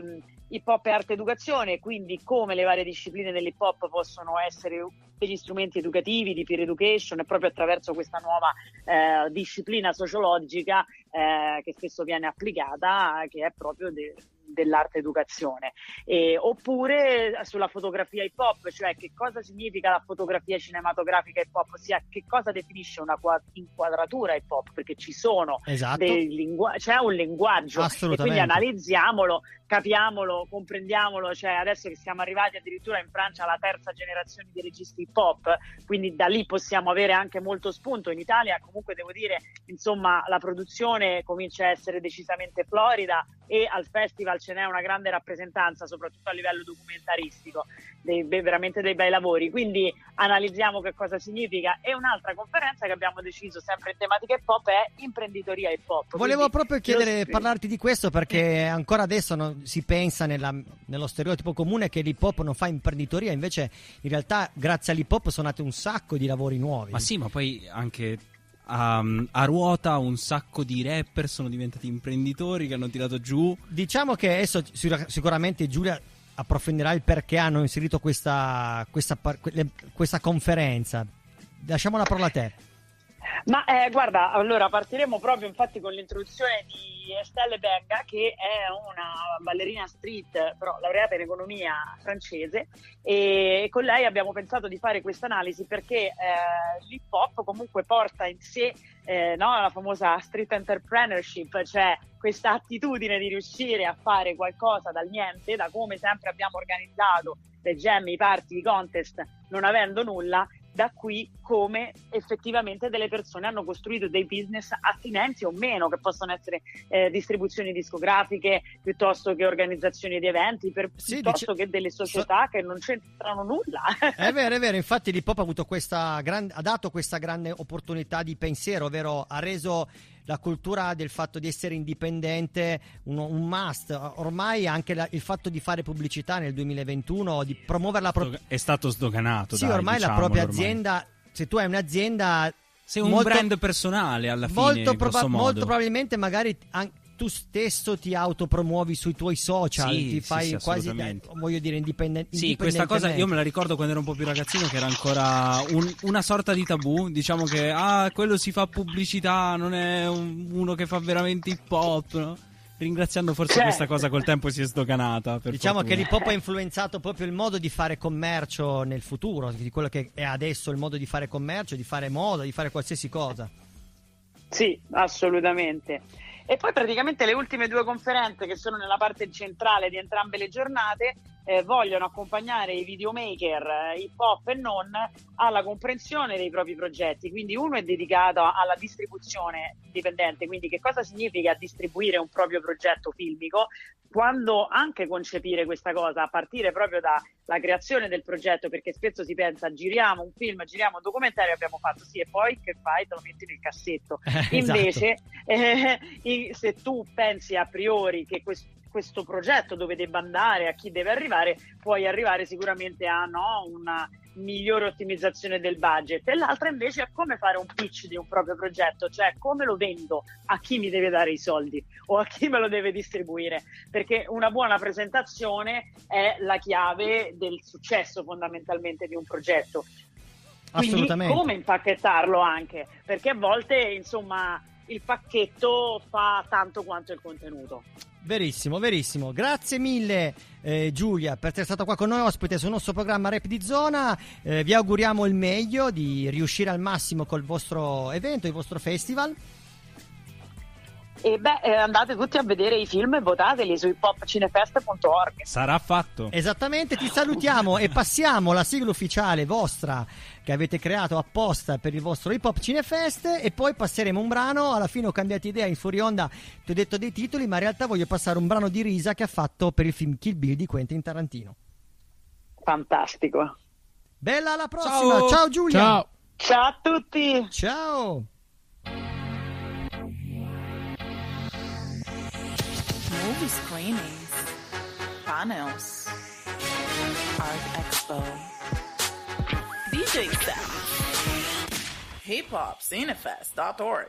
hip hop e arte educazione, quindi come le varie discipline dell'hip hop possono essere degli strumenti educativi di peer education, e proprio attraverso questa nuova eh, disciplina sociologica eh, che spesso viene applicata, che è proprio de- dell'arte educazione. E, oppure sulla fotografia hip hop, cioè che cosa significa la fotografia cinematografica hip hop, ossia che cosa definisce una qua- inquadratura hip hop, perché ci sono Esatto. dei lingu- c'è un linguaggio, e quindi analizziamolo, capiamolo, comprendiamolo. Cioè adesso che siamo arrivati addirittura in Francia alla terza generazione di registi hip hop, quindi da lì possiamo avere anche molto spunto. In Italia comunque devo dire, insomma, la produzione comincia a essere decisamente florida, e al festival ce n'è una grande rappresentanza, soprattutto a livello documentaristico, dei, veramente dei bei lavori. Quindi analizziamo che cosa significa. E un'altra conferenza che abbiamo deciso sempre in tematica hip hop è imprenditoria hip hop. Volevo Quindi proprio chiedere, lo... parlarti di questo, perché ancora adesso non si pensa nella, nello stereotipo comune che l'hip hop non fa imprenditoria, invece in realtà grazie all'hip hop sono nati un sacco di lavori nuovi. Ma sì, ma poi anche a, a ruota un sacco di rapper sono diventati imprenditori che hanno tirato giù. Diciamo che adesso sicuramente Giulia approfondirà il perché hanno inserito questa, questa, questa conferenza. Lasciamo la parola a te. Ma eh, guarda, allora partiremo proprio infatti con l'introduzione di Estelle Benga, che è una ballerina street, però laureata in economia francese, e con lei abbiamo pensato di fare questa analisi perché eh, l'hip hop comunque porta in sé eh, no, la famosa street entrepreneurship, cioè questa attitudine di riuscire a fare qualcosa dal niente, da come sempre abbiamo organizzato le jam, i party, i contest, non avendo nulla. Da qui come effettivamente delle persone hanno costruito dei business attinenti o meno, che possono essere eh, distribuzioni discografiche piuttosto che organizzazioni di eventi, per, sì, piuttosto dice... che delle società so... che non c'entrano nulla. È vero, è vero, infatti l'hip hop ha avuto questa grande, ha dato questa grande opportunità di pensiero, ovvero ha reso la cultura del fatto di essere indipendente un, un must. Ormai anche la, il fatto di fare pubblicità nel duemilaventuno, di promuovere la propria... È stato sdoganato. Sì, dai, ormai diciamolo, la propria ormai. azienda, se tu hai un'azienda... Sei un molto, brand personale alla fine, molto, proba- modo. molto probabilmente magari... An- tu stesso ti autopromuovi sui tuoi social, sì, ti fai sì, sì, quasi, eh, voglio dire, indipendente. Sì, questa cosa io me la ricordo quando ero un po' più ragazzino, che era ancora un, una sorta di tabù, diciamo che ah, quello si fa pubblicità, non è un, uno che fa veramente hip hop, no? Ringraziando forse certo. questa cosa col tempo si è sdoganata. Per diciamo fortuna. che l'hip hop ha influenzato proprio il modo di fare commercio nel futuro, di quello che è adesso il modo di fare commercio, di fare moda, di fare qualsiasi cosa. Sì, assolutamente. E poi praticamente le ultime due conferenze, che sono nella parte centrale di entrambe le giornate, eh, vogliono accompagnare i videomaker eh, hip hop e non alla comprensione dei propri progetti. Quindi uno è dedicato alla distribuzione indipendente, quindi che cosa significa distribuire un proprio progetto filmico, quando anche concepire questa cosa a partire proprio dalla creazione del progetto, perché spesso si pensa giriamo un film, giriamo un documentario, abbiamo fatto sì, e poi che fai? Te lo metti nel cassetto. Eh, Invece esatto. eh, se tu pensi a priori che questo questo progetto dove debba andare, a chi deve arrivare, puoi arrivare sicuramente a no, una migliore ottimizzazione del budget. E l'altra invece è come fare un pitch di un proprio progetto, cioè come lo vendo, a chi mi deve dare i soldi o a chi me lo deve distribuire, perché una buona presentazione è la chiave del successo fondamentalmente di un progetto. Quindi Assolutamente. Come impacchettarlo anche, perché a volte insomma il pacchetto fa tanto quanto il contenuto. Verissimo, verissimo. Grazie mille eh, Giulia per essere stata qua con noi ospite sul nostro programma Rap di Zona. Eh, vi auguriamo il meglio, di riuscire al massimo col vostro evento, il vostro festival. E beh, eh, andate tutti a vedere i film e votateli su hip hop cinefest punto org. Sarà fatto. Esattamente, ti salutiamo e passiamo la sigla ufficiale vostra che avete creato apposta per il vostro Hip Hop Cinefest, e poi passeremo un brano. Alla fine ho cambiato idea in fuori onda, ti ho detto dei titoli, ma in realtà voglio passare un brano di risa che ha fatto per il film Kill Bill di Quentin Tarantino. Fantastico. Bella, alla prossima. Ciao, Ciao Giulia. Ciao. Ciao a tutti. Ciao. Movie screenings, panels, art expo, D J set, hip hop cinefest dot org.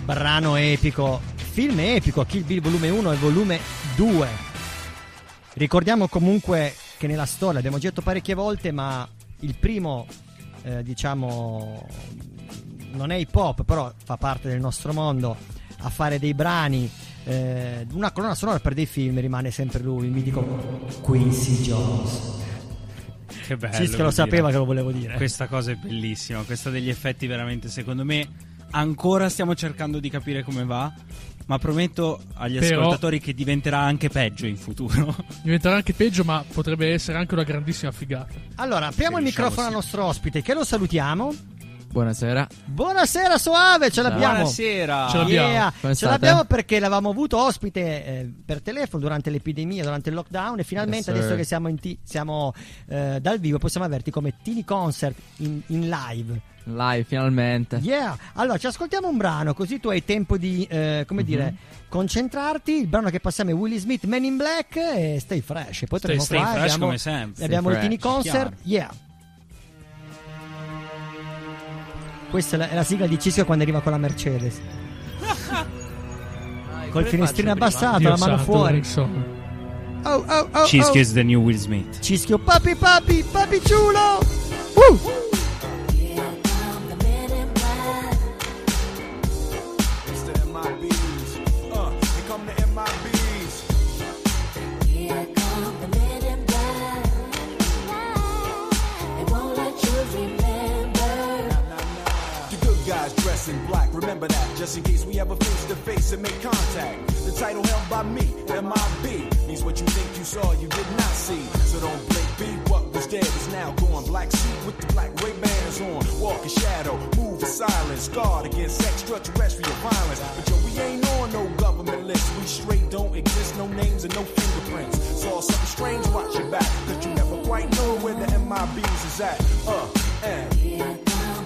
brano epico, film epico, Kill Bill volume uno e volume due. Ricordiamo comunque che nella storia abbiamo detto parecchie volte, ma il primo eh, diciamo non è hip hop, però fa parte del nostro mondo, a fare dei brani, eh, una colonna sonora per dei film rimane sempre lui, il mitico Quincy Jones. Che bello. Cisca lo sapeva che lo volevo dire. Questa cosa è bellissima, questa degli effetti veramente, secondo me ancora stiamo cercando di capire come va, ma prometto agli Però- ascoltatori che diventerà anche peggio in futuro. Diventerà anche peggio, ma potrebbe essere anche una grandissima figata. Allora, apriamo il diciamo microfono sì. al nostro ospite, che lo salutiamo. Buonasera. Buonasera Soave, ce l'abbiamo. Buonasera. Ce l'abbiamo. Yeah, Come ce state? l'abbiamo perché l'avevamo avuto ospite eh, per telefono durante l'epidemia, durante il lockdown, e finalmente Yes, sir. adesso che siamo, in ti- siamo eh, dal vivo possiamo averti come Tini Concert in, in live. Live, finalmente. Yeah, allora ci ascoltiamo un brano così tu hai tempo di, eh, come Mhm. dire, concentrarti. Il brano che passiamo è Willie Smith, Man in Black, e Stay Fresh. E poi Stay- torniamo stay qua e fresh abbiamo, come sempre. e abbiamo Stay il Tini fresh, Concert. chiaro. Yeah. Questa è la, è la sigla di Cisco quando arriva con la Mercedes. Col finestrino abbassato, Dio la mano santo, fuori. insomma. Oh, oh, oh, Cisco oh. is the new Will Smith. Cischio, papi, papi, papi ciulo. Uh. It's the M I Bs. Uh, here come the M I Bs. The good guys dress in black, remember that, just in case we ever face to face and make contact. The title held by me, M I B, means what you think you saw, you did not see. So don't blink, be what was dead is now gone. Black suit with the black Ray-Bans on, walk in shadow, move in silence, guard against extraterrestrial violence. But yo, we ain't on no government list, we straight don't exist, no names and no fingerprints. Saw something strange, watch your back, cause you never quite know where the M I Bs is at. Uh, and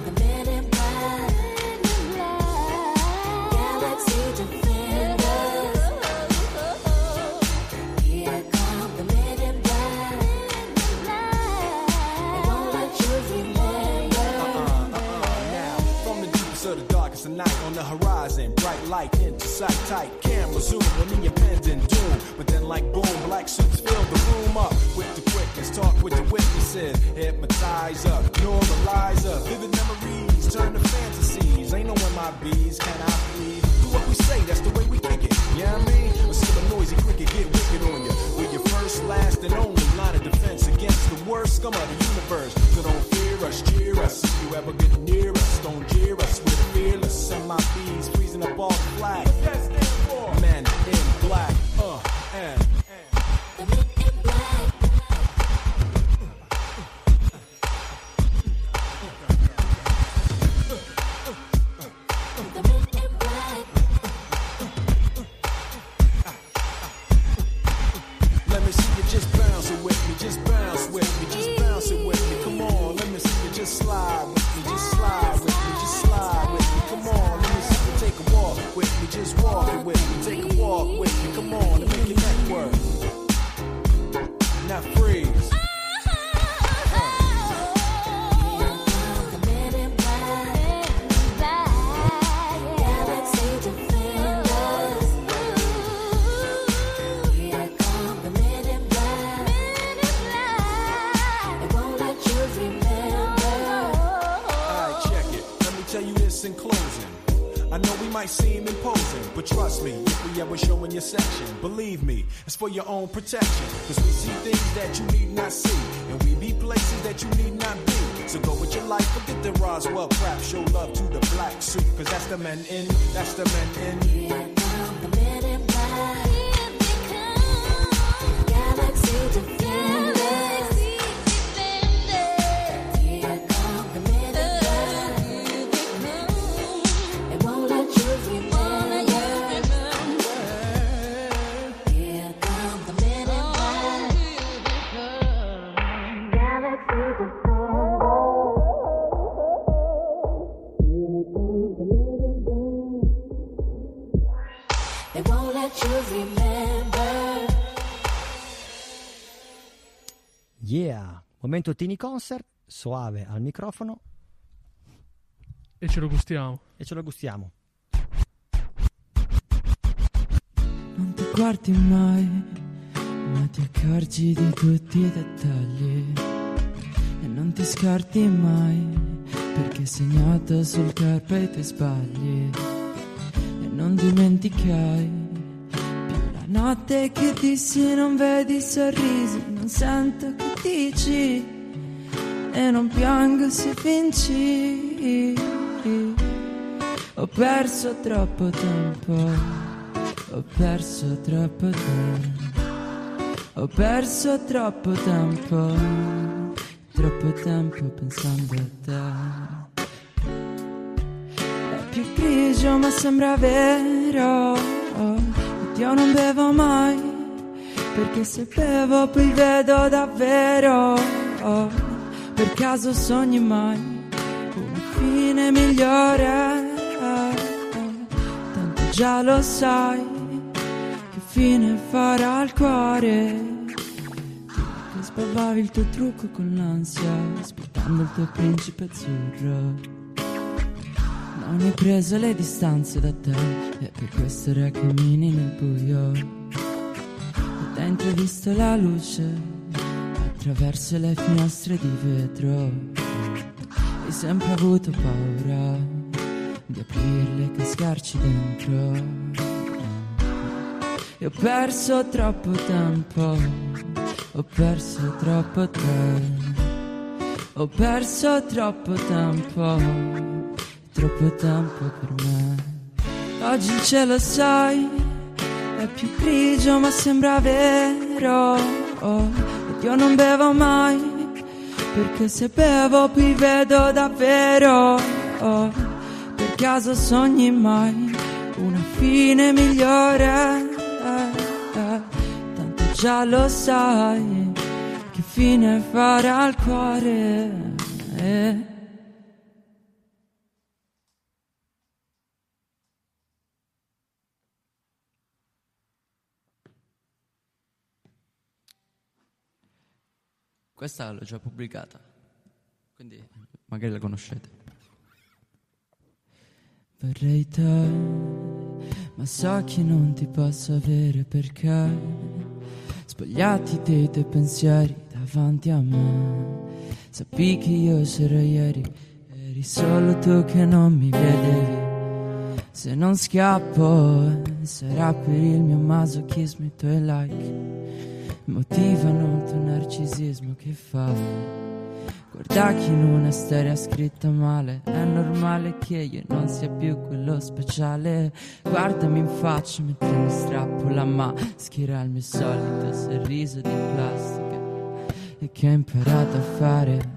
from the deepest of the darkest of night on the horizon, bright light into sight, tight camera zoom on the impending doom. But then like boom, black suits fill the room up with the quickness, talk with the witnesses, hypnotize up, normalize up, vivid memories turn to fantasies. Ain't no M I Bs, can I please? Do what we say, that's the way we kick it. You know what I mean? Or see a noisy cricket get wicked on you. We're your first, last, and only line of defense against the worst scum of the universe. So don't fear us, cheer us. If you ever get near us, don't jeer us. We're the fearless M I Bs, freezing up all the flag. Men in black, uh, and. Let me see you just bounce it with me, just bounce with me, just bounce it with me. Come on, let me see you just slide with me, just slide with me, just slide with me. Come on, let me see you take a walk with me, just walk it with me, take a walk with me. Come on, and make your neck work. Now freeze. Alright, check it. Let me tell you this in closing. I know we might seem imposing, but trust me, if we ever show in your section, believe me, it's for your own protection. Cause we see things that you need not see, and we be places that you need not be. So go with your life, forget the Roswell crap, show love to the black suit, cause that's the men in, that's the men in. Here come the men in black. Here they come. Galaxy defenders. Here come the men in black. They won't let you remember. Here come the men in black. Galaxy defenders. They won't let you remember. Yeah. Momento Tini Concert, Soave al microfono E ce lo gustiamo. e ce lo gustiamo. guardi mai, ma ti accorgi di tutti i dettagli e non ti scordi mai, perché segnato sul corpo i tuoi sbagli e non dimenticai più la notte che dissi non vedi sorrisi, non sento che dici e non piango se vinci. Ho perso troppo tempo, ho perso troppo tempo, ho perso troppo tempo, troppo tempo pensando a te. È più grigio ma sembra vero, ed io non bevo mai, perché se bevo poi vedo davvero. Per caso sogni mai una fine migliore? Tanto già lo sai che fine farà il cuore. Tu che sbavavi il tuo trucco con l'ansia, aspettando il tuo principe azzurro. Non hai preso le distanze da te, e per questo ora cammini nel buio. Ed hai intravisto la luce attraverso le finestre di vetro. Hai sempre avuto paura di aprirle e cascarci dentro. E ho perso troppo tempo, ho perso troppo tempo, ho perso troppo tempo, troppo tempo per me. Oggi il cielo sai è più grigio ma sembra vero, ed io non bevo mai, perché se bevo poi vedo davvero. Per caso sogni mai una fine migliore? Tanto già lo sai che fine farà il cuore. Questa l'ho già pubblicata, quindi magari la conoscete. Vorrei te, ma so che non ti posso avere perché spogliati dei tuoi pensieri davanti a me. Sappi che io c'ero ieri, eri solo tu che non mi vedevi. Se non scappo sarà per il mio masochismo, i tuoi like motivano il tuo narcisismo. Che fai? Guarda che in una storia scritta male è normale che io non sia più quello speciale. Guardami in faccia mentre mi strappo la maschera, il mio solito sorriso di plastica, e che ho imparato a fare.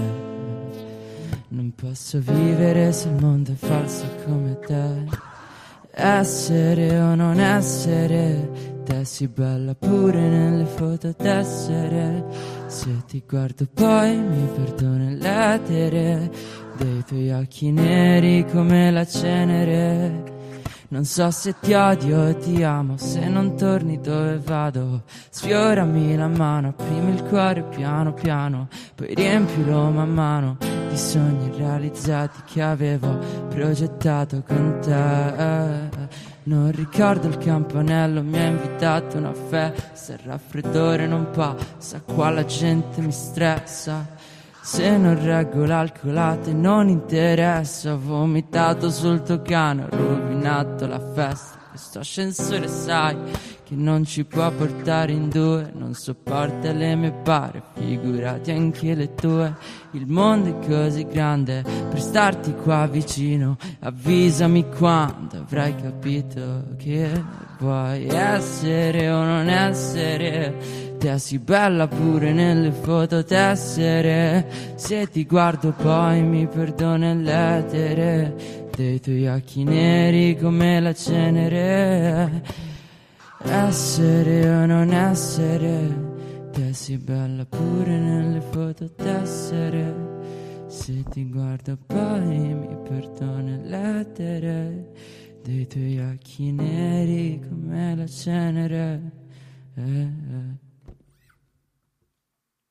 Non posso vivere se il mondo è falso come te. Essere o non essere, te si bella pure nelle foto d'essere. Se ti guardo poi mi perdo nell'etere dei tuoi occhi neri come la cenere. Non so se ti odio o ti amo, se non torni dove vado. Sfiorami la mano, aprimi il cuore piano piano, poi riempilo man mano di sogni irrealizzati che avevo progettato con te. Non ricordo il campanello, mi ha invitato a una festa, il raffreddore non passa, qua la gente mi stressa. Se non reggo l'alcolate non interessa, ho vomitato sul tuo cane, ho rovinato la festa. Questo ascensore sai che non ci può portare in due, non sopporta le mie pare, figurati anche le tue. Il mondo è così grande per starti qua vicino, avvisami quando avrai capito che vuoi essere o non essere. Te si bella pure nelle foto tessere, se ti guardo poi mi perdo nell'etere dei tuoi occhi neri come la cenere. Essere o non essere, te si bella pure nelle foto tessere, se ti guardo poi mi perdo nell'etere dei tuoi occhi neri come la cenere. eh, eh.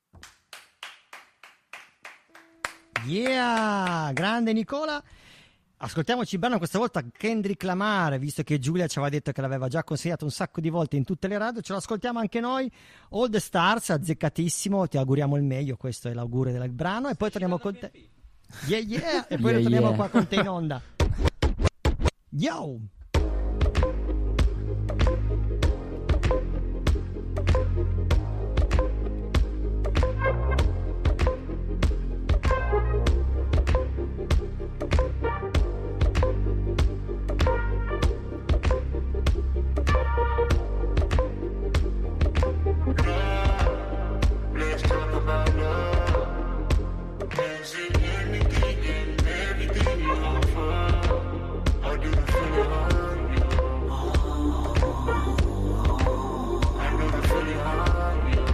Yeah, grande Nicola. Ascoltiamoci il brano questa volta Kendrick Lamar, visto che Giulia ci aveva detto che l'aveva già consegnato un sacco di volte in tutte le radio, ce lo ascoltiamo anche noi. All the Stars, azzeccatissimo, ti auguriamo il meglio, questo è l'augurio del brano e poi torniamo con te. Yeah yeah, e poi Yeah, torniamo yeah. qua con te in onda. Yo! Let's talk about love. Is it anything and everything you offer? Or do you feel it hurt you? I know the feeling hurt you.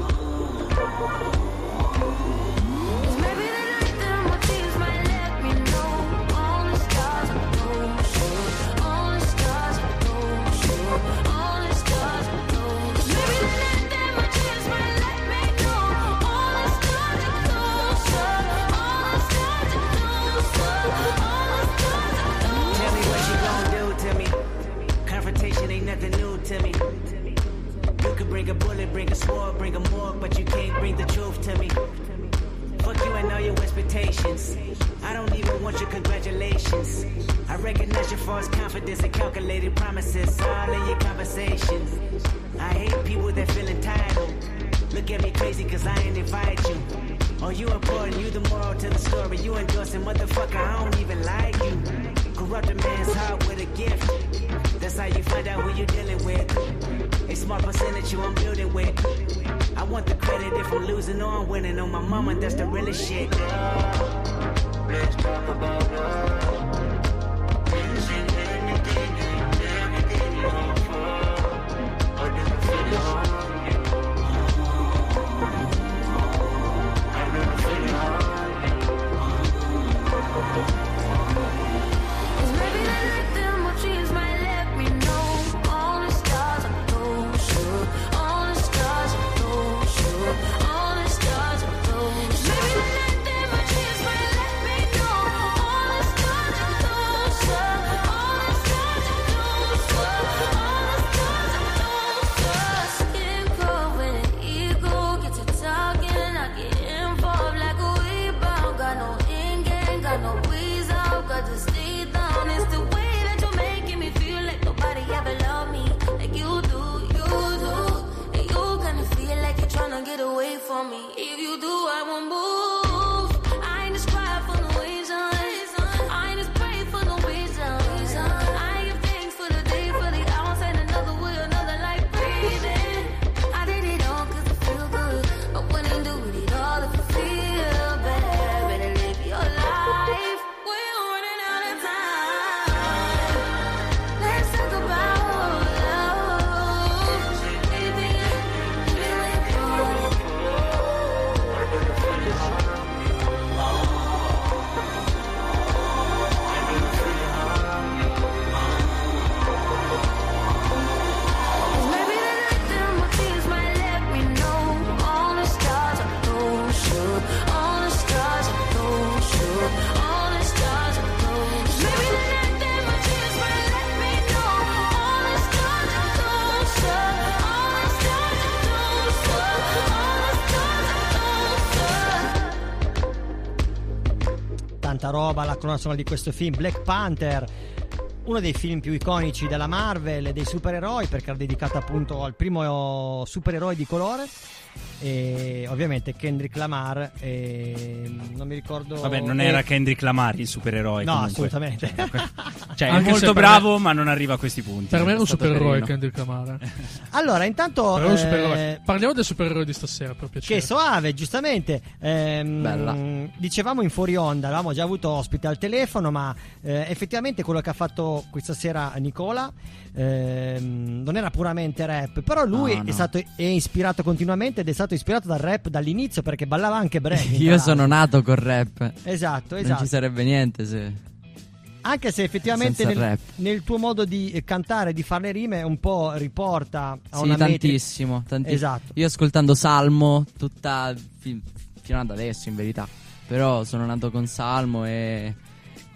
Maybe the night that my tears might let me know. All the stars are gold, sure. All the stars are gold, sure. All the stars are gold. Maybe the night that my tears might let me know. All the stars are gold, sure. All the stars are gold, sure. All the stars are gold. Tell me what you gon' do to me. Confrontation ain't nothing new to me. You could bring a bullet, bring a sword, bring a morgue, but you can't bring the truth to me. Fuck you and all your expectations. I don't even want your congratulations. I recognize your false confidence and calculated promises all in your conversation. I hate people that feel entitled. Look at me crazy cause I ain't invite you. Oh, you important, you the moral to the story. You endorsing, motherfucker, I don't even like you. Corrupt a man's heart with a gift. That's how you find out who you're dealing with. A small percentage you I'm building with. I want the credit if I'm losing or I'm winning. On my mama, that's the realest shit. Let's talk about love. Is it anything and everything you offer? Or do you feel it hurt you? I know the feeling hurt you. Maybe the night that my dreams might let me know. All the stars are gold, sure. All the stars are gold, sure. All the stars are gold. Maybe the night that my dreams might let me know. All the stars are gold, sure. All the stars are gold, sure. All the stars are gold, sure. Skin cold when the ego gets to talking. I get involved like a rebound. Got no in game, got no reason, got to stay down. It's the way that you're making me feel like nobody ever loved me like you do, you do. And you gonna feel like you're trying to get away from me. If you do, I won't move. I ain't described for no reason. I ain't just pray for no reason. I give thanks for the day, for the hours, and another way, another life breathing. I did it all cause I feel good. I wouldn't do it all if you feel bad. Better live your life. We're running out of time. Let's talk about love. Anything you really want. Maybe the night that my tears might let me know. All the stars are gold, sure. All the stars are gold, sure. All the stars are gold. Maybe the night that my tears might let me know. All the stars are gold, sure. All the stars are gold, sure. All the stars are gold, sure. Tanta roba la colonna sonora di questo film, Black Panther, uno dei film più iconici della Marvel e dei supereroi, perché era dedicato appunto al primo supereroe di colore. E ovviamente Kendrick Lamar, e non mi ricordo. Vabbè, non e- era Kendrick Lamar il supereroe. No, comunque. assolutamente. Cioè, è Anche se molto per bravo, me- ma non arriva a questi punti. Per me è un stato supereroe carino. Kendrick Lamar. Allora, intanto Per me è un eh, supereroe. Parliamo del supereroe di stasera, per piacere. che soave, giustamente. Ehm, Bella. Dicevamo in fuori onda, avevamo già avuto ospite al telefono, ma eh, effettivamente quello che ha fatto questa sera Nicola ehm, non era puramente rap, però lui No, no. è stato è ispirato continuamente ed è stato ispirato dal rap dall'inizio, perché ballava anche break. Io sono nato col rap. Esatto, Non esatto. ci sarebbe niente se... Anche se effettivamente senza nel, rap. nel tuo modo di eh, cantare, di fare le rime, un po' riporta a Sì, una metri- tantissimo, tanti- Esatto. Io ascoltando Salmo tutta fi- fino ad adesso in verità. Però sono nato con Salmo e,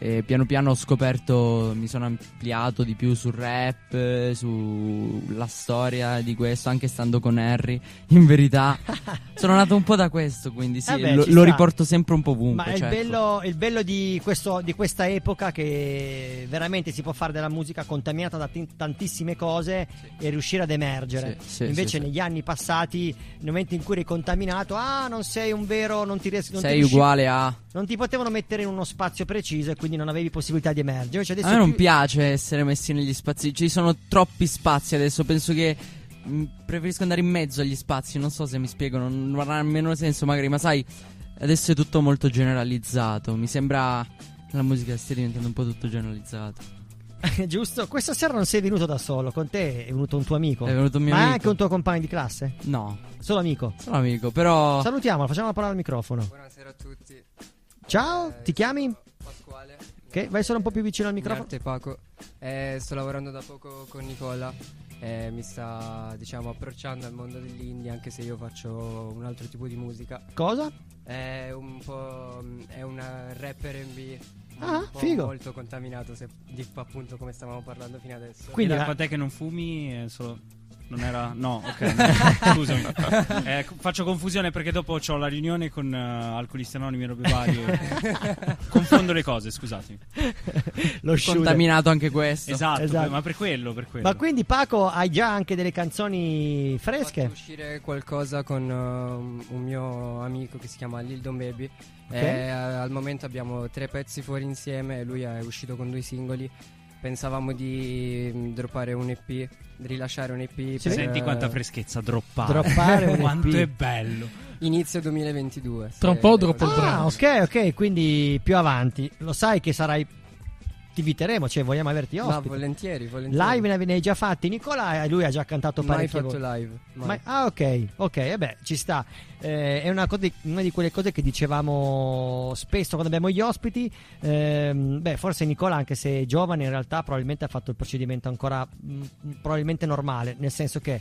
E piano piano ho scoperto, mi sono ampliato di più sul rap, eh, sulla storia di questo, anche stando con Harry. In verità sono nato un po' da questo, quindi sì, Eh beh, lo, ci lo sta. riporto sempre un po' ovunque. Ma è il certo. bello, il bello di, questo, di questa epoca, che veramente si può fare della musica contaminata da t- tantissime cose e riuscire ad emergere. Sì, sì, Invece sì, sì. negli anni passati, nel momento in cui eri contaminato, ah, non sei un vero, non ti riesco, non ti Sei riusci- uguale a... non ti potevano mettere in uno spazio preciso e quindi non avevi possibilità di emergere. Invece adesso A me non più- piace essere messi negli spazi. Ci sono troppi spazi adesso. Penso che mh, preferisco andare in mezzo agli spazi. Non so se mi spiego, non, non avrà nemmeno senso magari. Ma sai, adesso è tutto molto generalizzato. Mi sembra che la musica stia diventando un po' tutto generalizzato. Giusto? Questa sera non sei venuto da solo, con te è venuto un tuo amico. È venuto un mio Ma amico. anche un tuo compagno di classe? No, Solo amico? sono amico, però... Salutiamolo, facciamo la parola al microfono. Buonasera a tutti. Ciao, Eh, ti chiami? Pasquale. Ok, vai solo un po' più vicino al microfono. Arte Paco. Eh, sto lavorando da poco con Nicola. Eh, mi sta, diciamo, approcciando al mondo dell'indie, anche se io faccio un altro tipo di musica. Cosa? È un po'. È una rapper R and B. Ah, un po' figo. molto contaminato, se, di, appunto come stavamo parlando fino adesso. Quindi Quindi da la- quant'è che non fumi? È solo... Non era... No, ok. Scusami. Eh, co- faccio confusione perché dopo ho la riunione con uh, Alcolisti Anonimi e robe varie. Confondo le cose, scusatemi. Lo shooter. Contaminato anche questo. Esatto, Esatto. ma per quello, per quello. Ma quindi Paco hai già anche delle canzoni Ho fatto fresche? uscire qualcosa con uh, un mio amico che si chiama Lil Don Baby. Ok. Eh, al momento abbiamo tre pezzi fuori insieme e lui è uscito con due singoli. Pensavamo di mm, droppare un E P, di rilasciare un E P. Sì. per, Senti quanta eh, freschezza, droppare. Droppare un Quanto E P. è bello. Inizio duemilaventidue. Tra un se- po' droppo il Ah, brano. ok, ok, quindi più avanti. Lo sai che sarai... Ti inviteremo, cioè vogliamo averti Ma ospite. volentieri, volentieri. Live ne ne hai già fatti Nicola e lui ha già cantato Mai parecchie fatto volte. live. mai. Ma- ah, ok, ok, e beh, ci sta. Eh, è una, cosa- una di quelle cose che dicevamo spesso quando abbiamo gli ospiti. Ehm, beh, forse Nicola, anche se è giovane, in realtà probabilmente ha fatto il procedimento ancora mh, probabilmente normale, nel senso che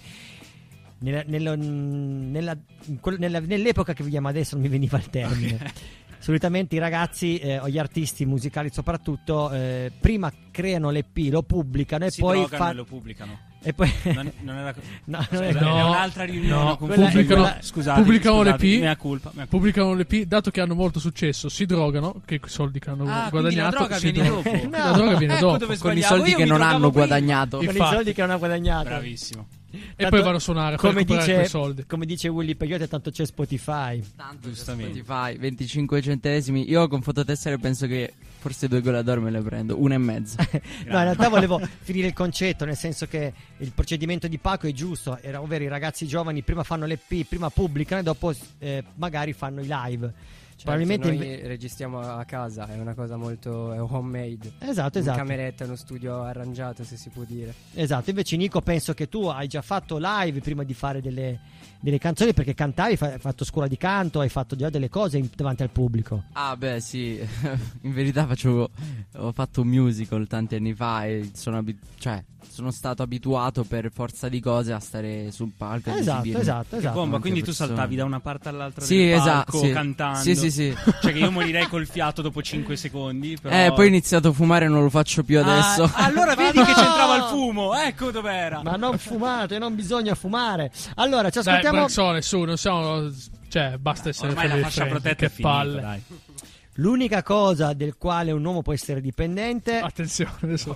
nella- nello- nella- in quel- nella- nell'epoca che viviamo adesso non mi veniva il termine. Solitamente i ragazzi eh, o gli artisti musicali soprattutto eh, prima creano l'E P, lo pubblicano e Si poi drogano fa- e lo pubblicano. e poi Non, non era... no, Scusa, non è è vero. un'altra riunione. No, confuso. pubblicano, quella- Scusate, pubblicano scusate, le P, mea colpa, mea colpa. pubblicano le P, dato che hanno molto successo, si drogano, che i soldi che hanno Ah, quindi la guadagnato, droga si viene drogano. dopo. La droga viene Ecco dopo. dove Con i sbagliavo. soldi Io che mi non drogavo hanno prima. guadagnato. Con Infatti. i soldi che non ha guadagnato. Bravissimo. E Tanto, poi vanno a suonare per come recuperare dice, quei soldi. come dice Willy Peyote, tanto c'è Spotify. Tanto Giustamente. Spotify, venticinque centesimi. Io con fototessere penso che forse due golador me le prendo, una e mezza. No, in realtà volevo finire il concetto, nel senso che il procedimento di Paco è giusto, era, ovvero i ragazzi giovani prima fanno l'E P, prima pubblicano e dopo eh, magari fanno i live. Certo, Probabilmente noi inve- registriamo a casa, è una cosa molto è homemade. Esatto, In esatto. cameretta, uno studio arrangiato, se si può dire. Esatto, invece Nico penso che tu hai già fatto live prima di fare delle, delle canzoni, perché cantavi, fa- hai fatto scuola di canto, hai fatto già delle cose in- davanti al pubblico. Ah beh sì, in verità facevo, ho fatto un musical tanti anni fa e sono, abi- cioè, sono stato abituato per forza di cose a stare sul palco. e Esatto, esibirmi. esatto, esatto. Bomba, Tante quindi tu persone. saltavi da una parte all'altra Sì, del esatto, palco sì. cantando. Sì, sì, sì. Cioè che io morirei col fiato dopo cinque secondi. Però... Eh, poi ho iniziato a fumare e non lo faccio più adesso. Ah, allora Ma vedi no! che c'entrava il fumo. Ecco dov'era. Ma non fumate, non bisogna fumare. Allora, ci Dai, ascoltiamo Braxone, su, non siamo... Cioè, basta essere Ormai la fratelli fascia friendly, protetta è che finita, palle. dai. l'unica cosa del quale un uomo può essere dipendente. Attenzione, adesso.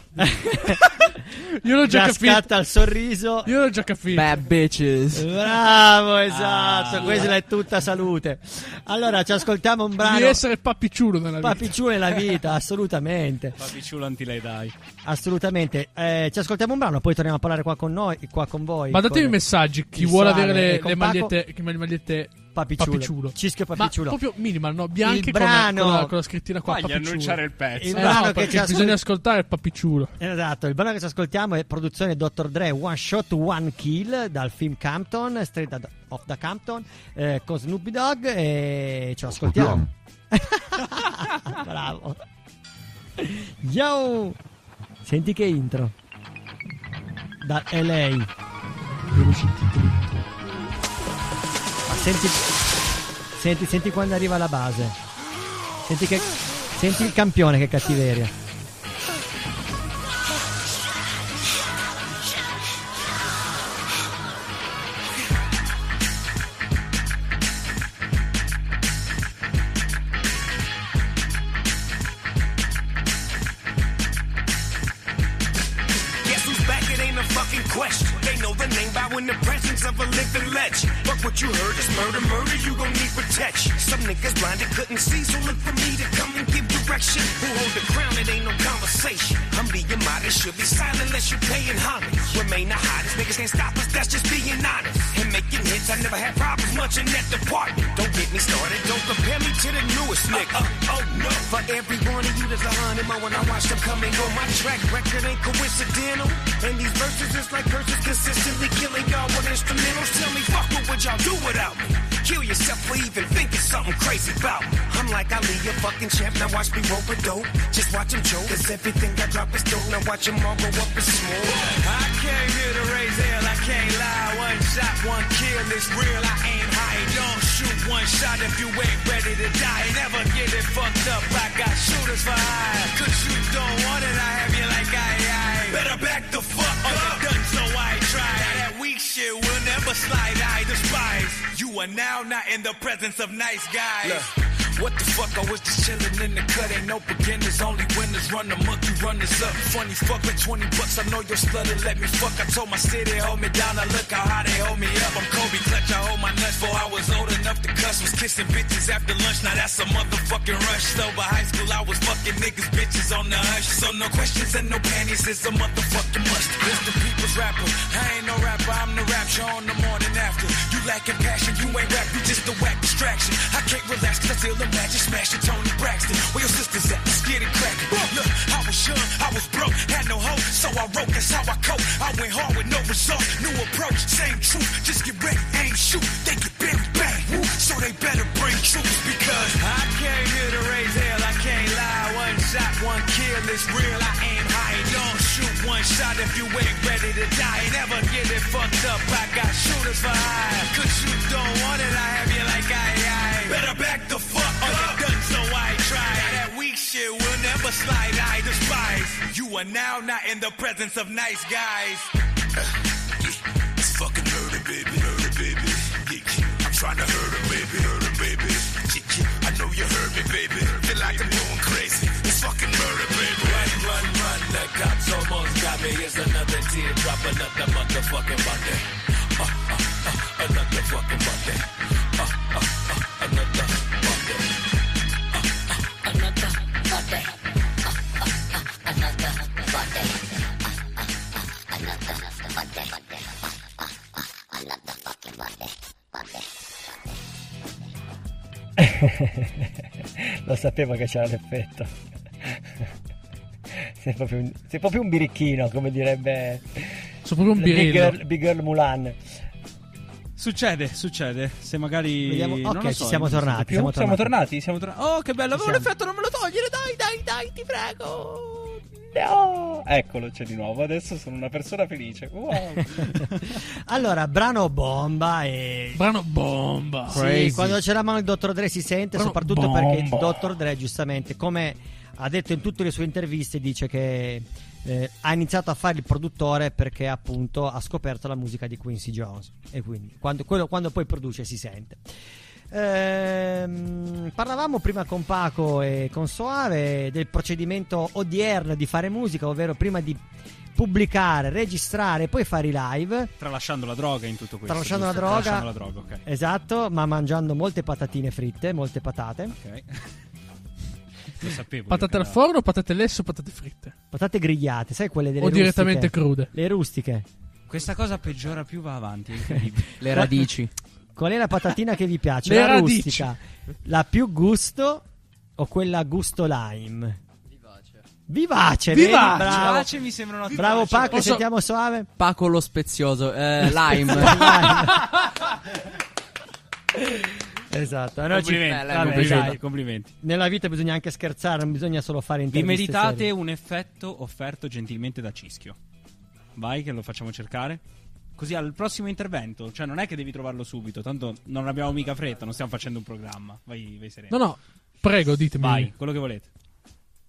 Io l'ho già, Già capito. scatta il sorriso. Io l'ho già capito. Bad bitches. Bravo, esatto, Ah. questa è tutta salute. Allora, ci ascoltiamo un brano. Devi essere pappicciulo nella vita. Papicciulo nella vita, assolutamente. Papicciulo anti lei dai. Assolutamente. Eh, ci ascoltiamo un brano, poi torniamo a parlare qua con noi, qua con voi. Mandatevi con messaggi. Chi il vuole Sale avere e le, con le Paco. magliette, che- le magliette Papicciulo. Papicciulo. Cischio Ma Papicciulo. proprio minimal, no? Bianche Il con, brano- con, la, con la scrittina qua. Fagli Papicciulo. annunciare il pezzo. Il Eh brano no, che perché ci ascol- bisogna ascoltare il Papicciulo. Esatto, il brano che ci ascoltiamo è produzione doctor Dre, One Shot One Kill, dal film Compton, Straight Outta- of the Compton, eh, con Snoopy Dogg, e ce lo ascoltiamo. Bravo. Yo! Senti che intro. Da L A. Ma senti, senti, senti quando arriva la base. Senti che... Senti il campione, che cattiveria. Guess who's back? It ain't a fucking question. They know the name by in the presence of a living legend. Fuck what you heard, it's murder, murder, you gon' need protection. Some niggas blinded couldn't see, so look for me to come and give direction. Who hold the crown, it ain't no conversation. I'm being modest, should be silent unless you're paying homage. Remain the hottest, niggas can't stop us, that's just being honest. And making hits, I never had problems much in that department. Don't get me started, don't compare me to the newest nigga. Uh, uh, oh no, for every one of you there's a hundred more when I watch them come and go. My track record ain't coincidental, and these verses is like curses consistently killing y'all with instrumentals. Tell me, fuck, what would y'all do without me? Kill yourself for even thinking something crazy about me. I'm like Ali, a fucking champ, now watch me roll with dope. Just watch him choke, cause everything I drop is dope. Now watch him all go up in smoke. I came here to raise hell, I can't lie. One shot, one kill, it's real, I aim high. Don't shoot one shot if you ain't ready to die. Never get it fucked up, I got shooters for hire. Cause you don't want it, I have you like I, I. Better back the fuck up. Oh, done, so I try. That weak shit will never slide, I despise. You are now not in the presence of nice guys. Look. What the fuck, I was just chillin' in the cut. Ain't no beginners, only winners. Run the monkey, run this up. Funny fuck, with twenty bucks, I know you're slutted. Let me fuck, I told my city, hold me down. I look how high they hold me up. I'm Kobe Clutch, I hold my nuts. Before I was old enough to cuss. Was kissing bitches after lunch, now that's a motherfucking rush. So by high school, I was fucking niggas, bitches on the hush. So no questions and no panties, it's a motherfucking must. It's the people's rapper, I ain't no rapper, I'm the rap show on the morning after. You lacking passion, you ain't rap, you just a whack distraction. I can't relax, cause I feel imagine smashing Tony Braxton. Where your sisters at? Let's get it cracking. Look, I was young, I was broke, had no hope, so I wrote, that's how I cope. I went hard with no result, new approach, same truth. Just get ready, aim, shoot, they get buried, bang. So they better bring troops because I came here to raise hell, I can't lie. One shot, one kill, it's real, I aim high. Don't shoot one shot if you ain't ready to die. Never get it fucked up, I got shooters for hire. Cause you don't want it, I have you like I, I. Better back the fuck up. Done, so I try. That weak shit will never slide, I despise. You are now not in the presence of nice guys. Uh, yeah, it's fucking murder, baby, murder, baby. Yeah, yeah. I'm trying to hurt her, baby, hurt her, baby. Yeah, yeah. I know you heard me, baby. Feel like I'm going crazy. It's fucking murder, baby. Run, run, run. The cops almost got me. It's another teardrop, another motherfucking Monday. Uh, uh, uh, another fucking Monday. Uh, uh, uh, another Monday. Uh, uh, another Monday. Uh, uh, uh, another Monday. Uh, uh, uh, another Monday. Uh, uh, uh, another fucking Monday. Monday. Lo sapevo che c'era l'effetto. Sei proprio un, sei proprio un birichino, come direbbe. Sono proprio un Big birillo. Girl, Big Girl Mulan. Succede, succede. Se magari. Vediamo- non ok, lo ci so, siamo non so tornati, più. siamo Siamo tornati. tornati, siamo tornati. Oh, che bello, avevo siamo. l'effetto, non me lo togliere. Dai, dai, dai, ti prego. No! Eccolo, c'è di nuovo. Adesso sono una persona felice. Wow. Allora, brano bomba e. Brano bomba. Sì, Crazy. quando c'è la mano il dottor Dre si sente, Brano soprattutto bomba. perché il dottor Dre, giustamente, come ha detto in tutte le sue interviste, dice che eh, ha iniziato a fare il produttore perché appunto ha scoperto la musica di Quincy Jones. E quindi quando, quello, quando poi produce si sente. Ehm, parlavamo prima con Paco e con Soave del procedimento odierno di fare musica, ovvero prima di pubblicare, registrare e poi fare i live. Tralasciando la droga in tutto questo. Tralasciando la giusto? droga. Tralasciando la droga, ok. Esatto, ma mangiando molte patatine fritte, molte patate. Ok. Lo sapevo. Patate io al che forno o patate lesse o patate fritte? Patate grigliate, sai quelle delle O rustiche? direttamente crude? Le rustiche. era- Questa cosa peggiora più va avanti, è incredibile. Le radici. Qual è la patatina che vi piace? Le la radici. rustica, la più gusto o quella gusto lime? Vivace. Vedi? Vivace, Bravo. Vivace mi sembra una Bravo Paco, Posso- sentiamo Soave. Paco lo spezioso. Eh, lime. Esatto, a noi ci- Complimenti, eh, vabbè, complimenti, dai. complimenti. Nella vita bisogna anche scherzare, non bisogna solo fare Vi interviste meritate serie. un effetto offerto gentilmente da Cischio. Vai che lo facciamo cercare. Così al prossimo intervento, cioè non è che devi trovarlo subito, tanto non abbiamo mica fretta, non stiamo facendo un programma. Vai, vai sereno. No, no, prego, ditemi. Vai, quello che volete.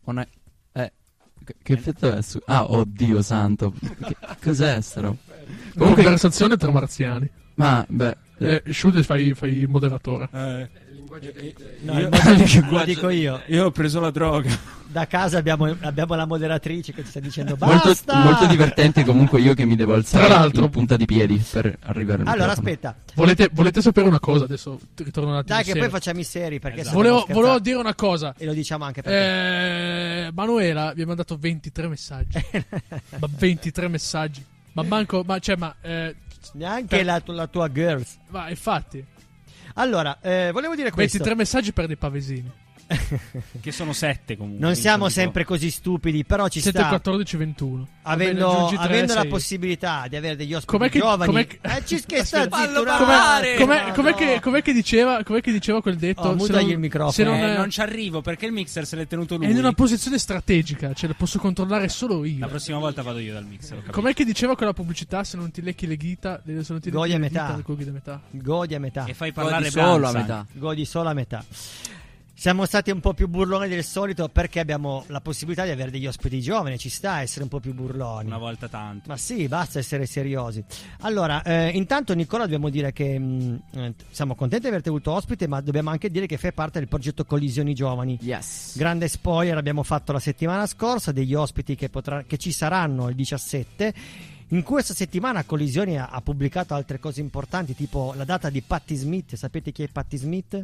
On è... Eh, che, che effetto è su... Ah, oddio santo. Che, cos'è sta roba? Comunque, conversazione tra marziani. Ma, beh... Eh, Shude fai, fai il moderatore. Eh. No, Io- il lo dico io. Io ho preso la droga. Da casa abbiamo, abbiamo la moderatrice che ti sta dicendo Molto, basta. molto divertente comunque io che mi devo alzare Tra l'altro- in punta di piedi per arrivare al Allora microfono. aspetta, Volete, volete sapere una cosa? Adesso ti ritorno un attimo. dai che serio. poi facciamo i seri perché Esatto. se Volevo, dobbiamo volevo scherzare. dire una cosa. E lo diciamo anche perché Eh, Manuela mi ha mandato ventitré messaggi. Ma ventitré messaggi. Ma manco, ma cioè, ma, eh, neanche per- la, tu- la tua girls. ma infatti, Allora, eh, volevo dire questo. ventitré messaggi per dei pavesini. Che sono sette comunque. Non siamo quindi, sempre così stupidi, però ci sette, sta quattordici, ventuno. Va bene, avendo, aggiungi tre, avendo la sei. possibilità di avere degli ospiti Com'è che, giovani. com'è che, Eh, ci che sta Aspetta, zitto un fallo attimo. parlare! com'è, No, com'è no. che, com'è che diceva, com'è che diceva quel detto? Oh, se mutagli non, il microfono. se non, Eh, è, non ci arrivo perché il mixer se l'è tenuto lui. è in una posizione strategica, cioè lo posso controllare solo io. La prossima volta vado io dal mixer. ho capito. Com'è che diceva quella pubblicità? Se non ti lecchi le dita, se non ti Godi lecchi a le metà. dita, godi a metà. Godi a metà. E fai Godi parlare solo a Branks metà. anche. Godi solo a metà. Siamo stati un po' più burloni del solito perché abbiamo la possibilità di avere degli ospiti giovani. Ci sta a essere un po' più burloni. Una volta tanto. Ma sì, basta essere seriosi. Allora, eh, intanto Nicola dobbiamo dire che mh, eh, siamo contenti di averti avuto ospite, ma dobbiamo anche dire che fai parte del progetto Collisioni Giovani. Yes. Grande spoiler, abbiamo fatto la settimana scorsa degli ospiti che, potrà, che ci saranno il diciassette. In questa settimana Collisioni ha, ha pubblicato altre cose importanti, tipo la data di Patti Smith. Sapete chi è Patti Smith?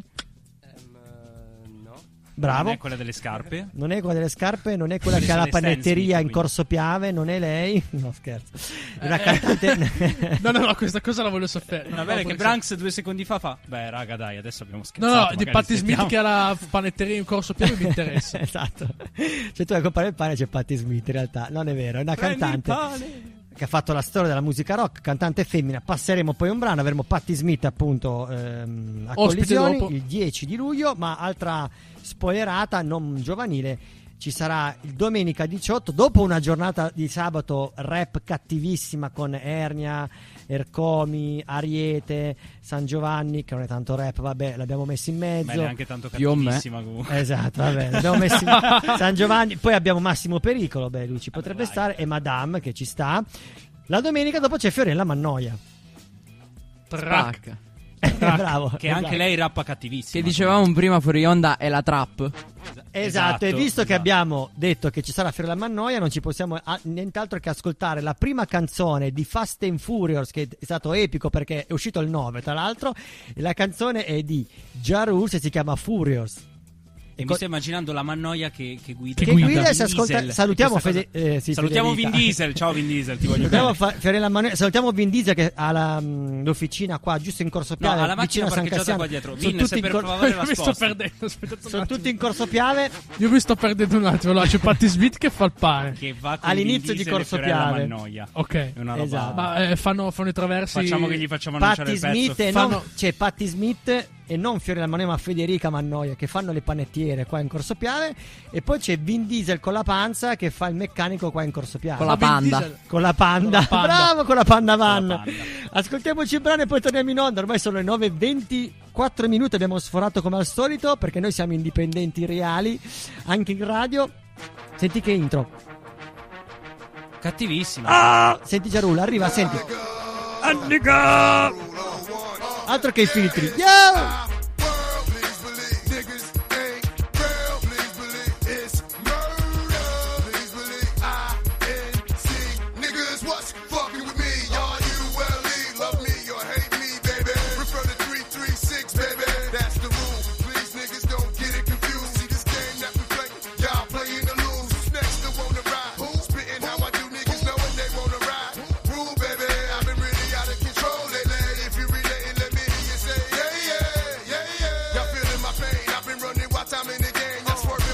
Bravo. Non è quella delle scarpe. Non è quella delle scarpe, non è quella Quelle che ha la sono le Stan panetteria Smith, in Corso Piave, non è lei. No, scherzo. È una cantante. No, no, no, questa cosa la voglio sapere. Va bene che Branks due secondi fa fa. Beh, raga, dai, adesso abbiamo No, scherzato. no, magari di Patti Smith aspettiamo. che ha la panetteria in corso piano mi interessa. Esatto. Cioè tu hai comprare il pane, c'è Patti Smith in realtà. Non è vero, è una Prendi il cantante pane. che ha fatto la storia della musica rock, cantante femmina. Passeremo poi un brano, avremo Patti Smith appunto ehm, a Ospite Collisioni dopo. il dieci di luglio, ma altra spoilerata non giovanile ci sarà il domenica diciotto, dopo una giornata di sabato rap cattivissima con Ernia, Ercomi, Ariete, San Giovanni, che non è tanto rap, vabbè, l'abbiamo messo in mezzo. Beh, neanche tanto Più o me. cattivissima comunque. Esatto, vabbè, l'abbiamo messo in San Giovanni, poi abbiamo Massimo Pericolo, beh, lui ci potrebbe dai. stare, e Madame che ci sta. La domenica dopo c'è Fiorella Mannoia. Track. Spacca. Bravo. Che anche esatto. lei rappa cattivissima. Che dicevamo prima fuori onda è la trap. Esatto, e visto che esatto. abbiamo detto che ci sarà Fiorella Mannoia, non ci possiamo ah, nient'altro che ascoltare la prima canzone di Fast and Furious, che è stato epico perché è uscito il nove, tra l'altro. E la canzone è di Ja Rule e si chiama Furious. E co- mi sto immaginando la Mannoia che, che guida. Che Vin guida e si ascolta- Diesel. salutiamo Questa Fede- cosa- eh, sì, salutiamo Federica. Vin Diesel. Ciao Vin Diesel, ti voglio Salutiamo, bene. fa- Fiorella Mannoia- salutiamo Vin Diesel che ha la, mh, l'officina qua giusto in Corso No, Piave, alla macchina vicino a San parcheggiata Cassiano. qua dietro. Sono Vin, tutti se in per cor- favore la Io mi sto sposti. perdendo, aspettate un sono attimo. tutti in Corso Piave. Io mi sto perdendo un attimo. Allora, c'è Patti Smith che fa il pane. Che va con All'inizio Vin di Diesel e Corso Fiorella Piave. Mannoia. Ok. È una roba. Esatto. Ma eh, fanno, fanno i traversi. Facciamo che gli facciamo annunciare Patti il pezzo. Smith e Fanno- non, c'è Patti Smith e non Fiorella Mannoia ma Federica Mannoia che fanno le panettiere qua in Corso Piave, e poi c'è Vin Diesel con la panza che fa il meccanico qua in Corso Piave Con la Vin panda. Diesel- con la panda, Con la panda. bravo, con la panda van. Con la panda. Ascoltiamoci il brano e poi torniamo in onda. Ormai sono le nove e ventiquattro minuti, abbiamo sforato come al solito perché noi siamo indipendenti reali anche in radio. Senti che intro. Cattivissima. Ah! Senti Giarula, arriva, senti. Andica! Altro che i filtri. Yo!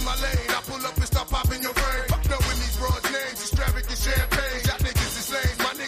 Champagne, y'all niggas is lame. My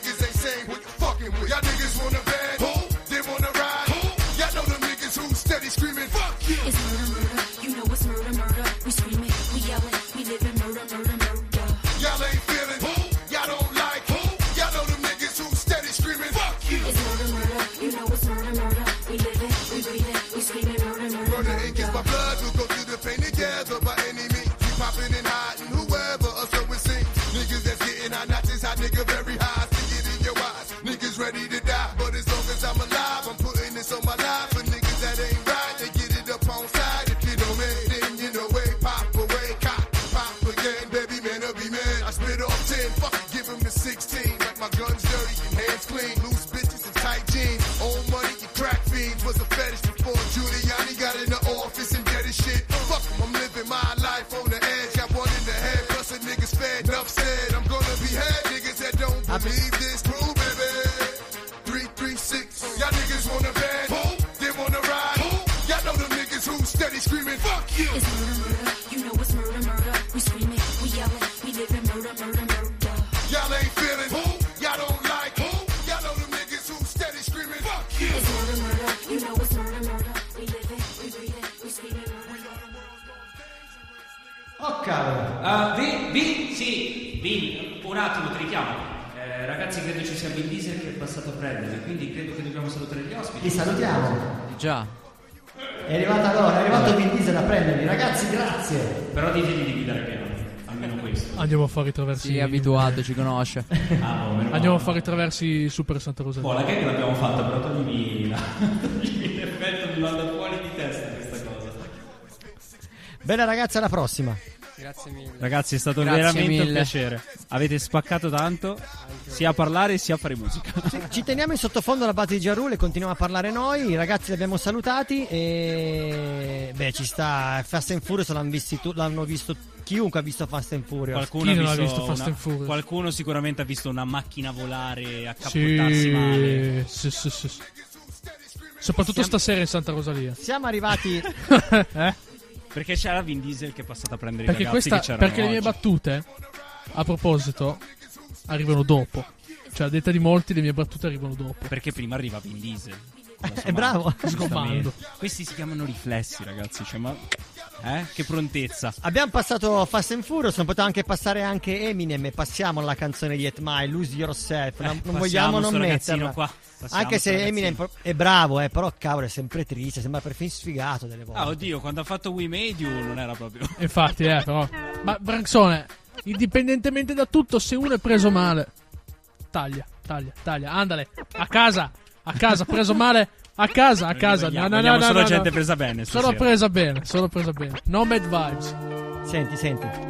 to sixteen, like my guns dirty and hands clean. Loose bitches and tight jeans. Old money and crack fiends was a fetish before Giuliani got in the office and did his shit. Fuck 'em, I'm living my life on the edge. Got one in the head, plus a niggas fed. Enough said, I'm gonna behead niggas that don't believe this crew, baby. three three six, y'all niggas wanna band, they wanna ride. Y'all know them niggas who steady screaming, fuck you. It's murder, murder. You know it's murder, murder. We screaming, we yelling, we living murder, murder, murder. Y'all ain't feeling who? Y'all don't like who? Y'all know them niggas who steady screaming, fuck you. It's murder, murder. You know it's murder, murder. We living, we breathing, we screaming murder. Oh cavolo. Uh, Vin, Vin, sì, Vin, un attimo, ti richiamo. Eh, ragazzi, credo ci sia Vin Diesel che è passato a prendere, quindi credo che dobbiamo salutare gli ospiti. Li salutiamo. Già. È arrivata l'ora, è arrivato Vin Diesel a prenderli. Ragazzi, grazie. Però ditegli di guidare piano, almeno questo. Andiamo a fare i traversi. Sì, è abituato, ci conosce. Ah, boh, meno Andiamo a male. fare i traversi Super Santa Rosalia. Boh, la gag l'abbiamo fatta, però toglimi la... toglimi l'effetto, mi manda fuori di testa questa cosa. Bene ragazzi, alla prossima. Grazie mille. Ragazzi, è stato Grazie veramente mille. un piacere. Avete spaccato tanto, sia a parlare sia a fare musica. Ci teniamo in sottofondo la base di Ja Rule e continuiamo a parlare noi. I ragazzi li abbiamo salutati e beh, ci sta Fast and Furious, l'hanno visti tu, l'hanno visto chiunque ha visto Fast and Furious. Qualcuno, Chi ha non ha visto, visto Fast una- and Furious? qualcuno sicuramente ha visto una macchina volare, accapottarsi male. Sì, sì, sì, sì. Soprattutto Siamo- stasera in Santa Rosalia. Siamo arrivati eh? Perché c'era Vin Diesel che è passato a prendere Perché, i ragazzi questa, che c'erano perché le mie oggi. battute, a proposito, arrivano dopo. Cioè, a detta di molti, le mie battute arrivano dopo. Perché prima arriva Vin Diesel. È bravo. Sgommando. Questi si chiamano riflessi, ragazzi. Cioè, ma eh? Che prontezza. Abbiamo passato Fast and Furious, non poteva anche passare anche Eminem e passiamo alla canzone di eight Mile, Lose Yourself. Non, non passiamo vogliamo non sto ragazzino metterla. qua. Passiamo Anche sto se ragazzino. Eminem è bravo, eh, però cavolo è sempre triste, sembra perfino sfigato delle volte. Ah, oddio, quando ha fatto We Made You non era proprio. Infatti, eh, però. Ma Branxone, indipendentemente da tutto, se uno è preso male, taglia, taglia, taglia, andale, a casa, a casa, preso male, a casa, a casa. No, no, no, Vogliamo no, solo no, gente no. presa bene Solo stasera. presa bene, solo presa bene. No bad vibes. Senti, senti.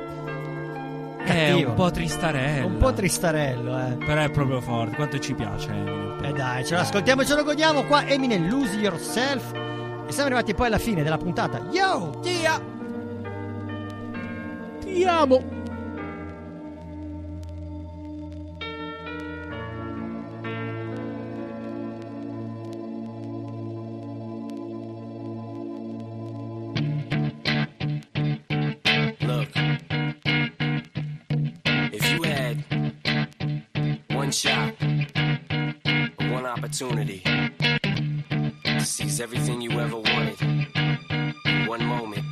È Cattivo. un po' tristarello. Un po' tristarello, eh. Però è proprio forte. Quanto ci piace Eminem. Eh dai, ce lo ascoltiamo e ce lo godiamo qua. Eminem, Lose Yourself. E siamo arrivati poi alla fine della puntata. Yo! Tia! Ti amo! Look, if you had one shot, one opportunity to seize everything you ever wanted in one moment,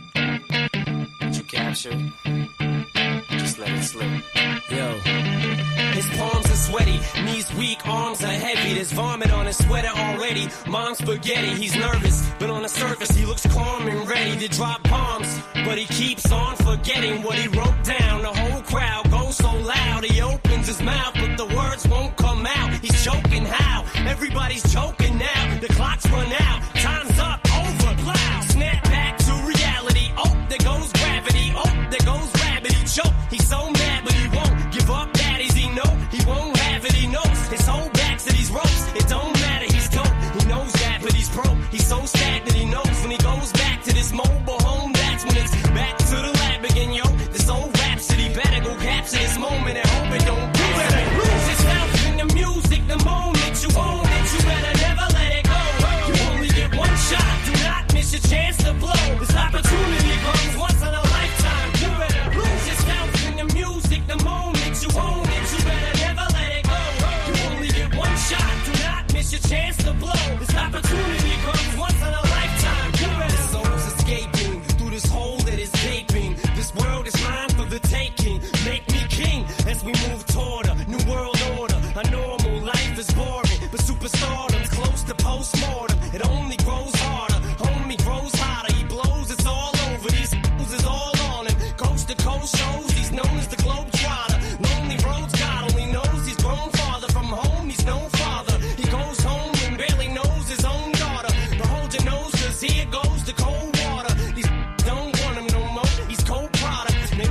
would you capture it? Just let it slip. Yo. His palms are sweaty, knees weak, arms are heavy. There's vomit on his sweater already. Mom's spaghetti, he's nervous, but on the surface he looks calm and ready to drop bombs. But he keeps on forgetting what he wrote down. The whole crowd goes so loud, he opens his mouth, but the words won't come out. He's choking how? Everybody's choking now. The clock's run out, time's up, over, plow. Snap back to reality. Oh, there goes gravity. Oh, there goes rabbit. He choke. He's so mad, but he won't give up. Daddies, he know he won't have it. He knows his whole back to these ropes. It don't matter. He's dope. He knows that, but he's broke. He's so stagnant. He knows when he goes back to this mobile home. That's when it's back to the lab again, yo. This old rhapsody better go capture this moment and hope it don't do it. Lose yourself in the music, the moment you own it. You better never let it go. You only get one shot. Do not miss your chance to blow. This opportunity comes once in a lifetime. You better lose yourself in the music, the moment you own it. You better never let it go. You only get one shot. Do not miss your chance to blow. This opportunity comes once in a lifetime. You better. The soul's escaping through this hole that is gaping. This world is mine for the taking. Make me king as we move toward a new world order. A normal life is boring, but superstardom's close to postmortem. It only grows harder, homie grows hotter. He blows, it's all over. These fools is all on him. Coast to coast shows, he's known as the Globetrotter. Lonely roads, God only knows he's grown farther from home. He's no father. He goes home and barely knows his own daughter. But hold your nose, cause here goes the cold water. These don't want him no more. He's cold product.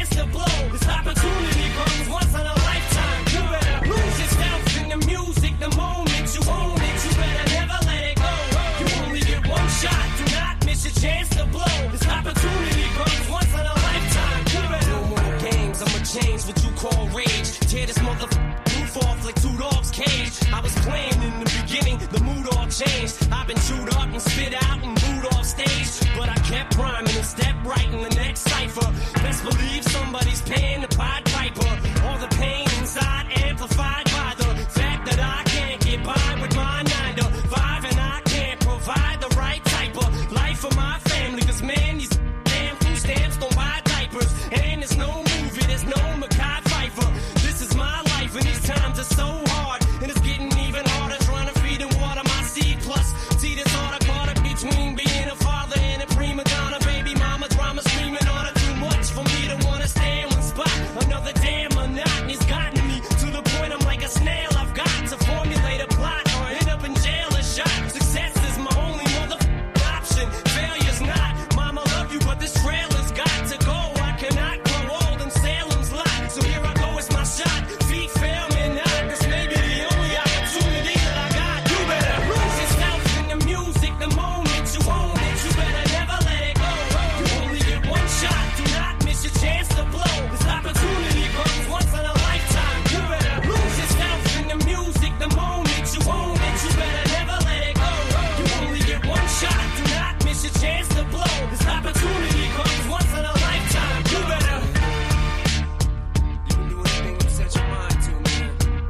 chance to blow. This opportunity comes once in a lifetime. You better lose yourself in the music. The moment you own it, you better never let it go. You only get one shot. Do not miss your chance to blow. This opportunity comes once in a lifetime. You better no more games. I'ma change what you call rage. Tear this motherfucker roof off like two dogs' cage. I was playing in the beginning, the mood all changed. I've been chewed up and spit out and booed off stage, but I kept rhyming and stepped right in the next cipher. Best believe somebody's paying the Pied Piper. All the pain inside amplified by the fact that I can't get by with my nine to five, and I can't provide the right type of life for my family. Cause man, these damn food stamps don't buy diapers, and there's no movie, there's no Mackay Pfeiffer. This is my life, and these times are so hard, and it's getting even harder trying to feed and water my seed. Plus, see this order caught up between being a father and a prima donna. Baby mama drama screaming on her, too much for me to wanna stay in one spot. Another damn monotony's gotten me to the point I'm like a snail. I've got to formulate a plot or end up in jail or shot. Success is my only motherfucking option. Failure's not. Mama love you, but this trailer's got to go. I cannot grow old in Salem's lot. So here I go, it's my shot. Feet fail me not. This may be the only opportunity that I got. You better lose yourself in the music. The moment you own it, you better never let it go. You only get one shot. Do not miss your chance to blow. This opportunity comes once in a lifetime. You better lose yourself in the music. The moment you own it, you better never let it go. You only get one shot. Do not miss your chance to blow. This opportunity comes once in a lifetime. You better. You can do anything you set your mind to, man.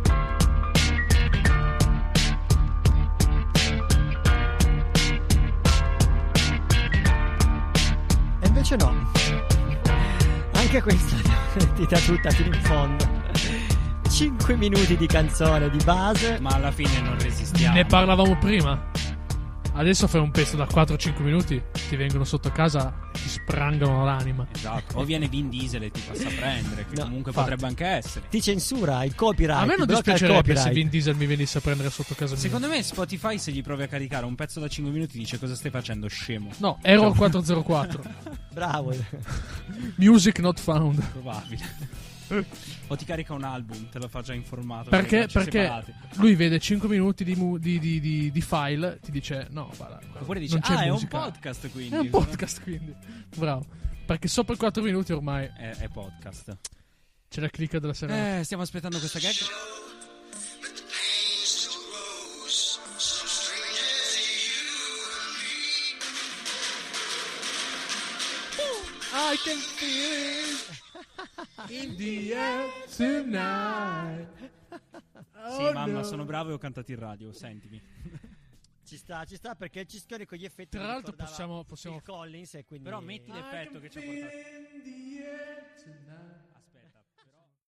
E invece no. Anche questa ti dà tutta fino in fondo. cinque minuti di canzone di base. Ma alla fine non resistiamo. Ne parlavamo prima. Adesso fai un pezzo da quattro cinque minuti, ti vengono sotto casa e ti sprangano l'anima. Esatto. O viene Vin Diesel e ti passa a prendere, che No, comunque infatti. potrebbe anche essere. Ti censura il copyright. A me non ti blocca il dispiacerebbe se copyright. Vin Diesel mi venisse a prendere sotto casa mia. Secondo me Spotify, se gli provi a caricare un pezzo da cinque minuti, dice: cosa stai facendo, scemo? No, Error quattrocentoquattro. Bravo. Music not found. Probabile. O ti carica un album, te lo fa già informato. Perché, tracce perché separate. lui vede cinque minuti di, mu- di, di, di, di file, ti dice no, guarda, Oppure dice: non c'è ah, è un musica. podcast quindi. È un podcast quindi. Bravo. Perché sopra i quattro minuti ormai È, è podcast. c'è la clicca della serata. Eh, stiamo aspettando questa gag. I can feel it in the air tonight. Sì, Oh, mamma, no. sono bravo e ho cantato in radio, sentimi. Ci sta, ci sta perché il cischione con gli effetti. Tra mi l'altro ricordava possiamo, possiamo il Collins e quindi Però metti l'effetto che ci ha portato.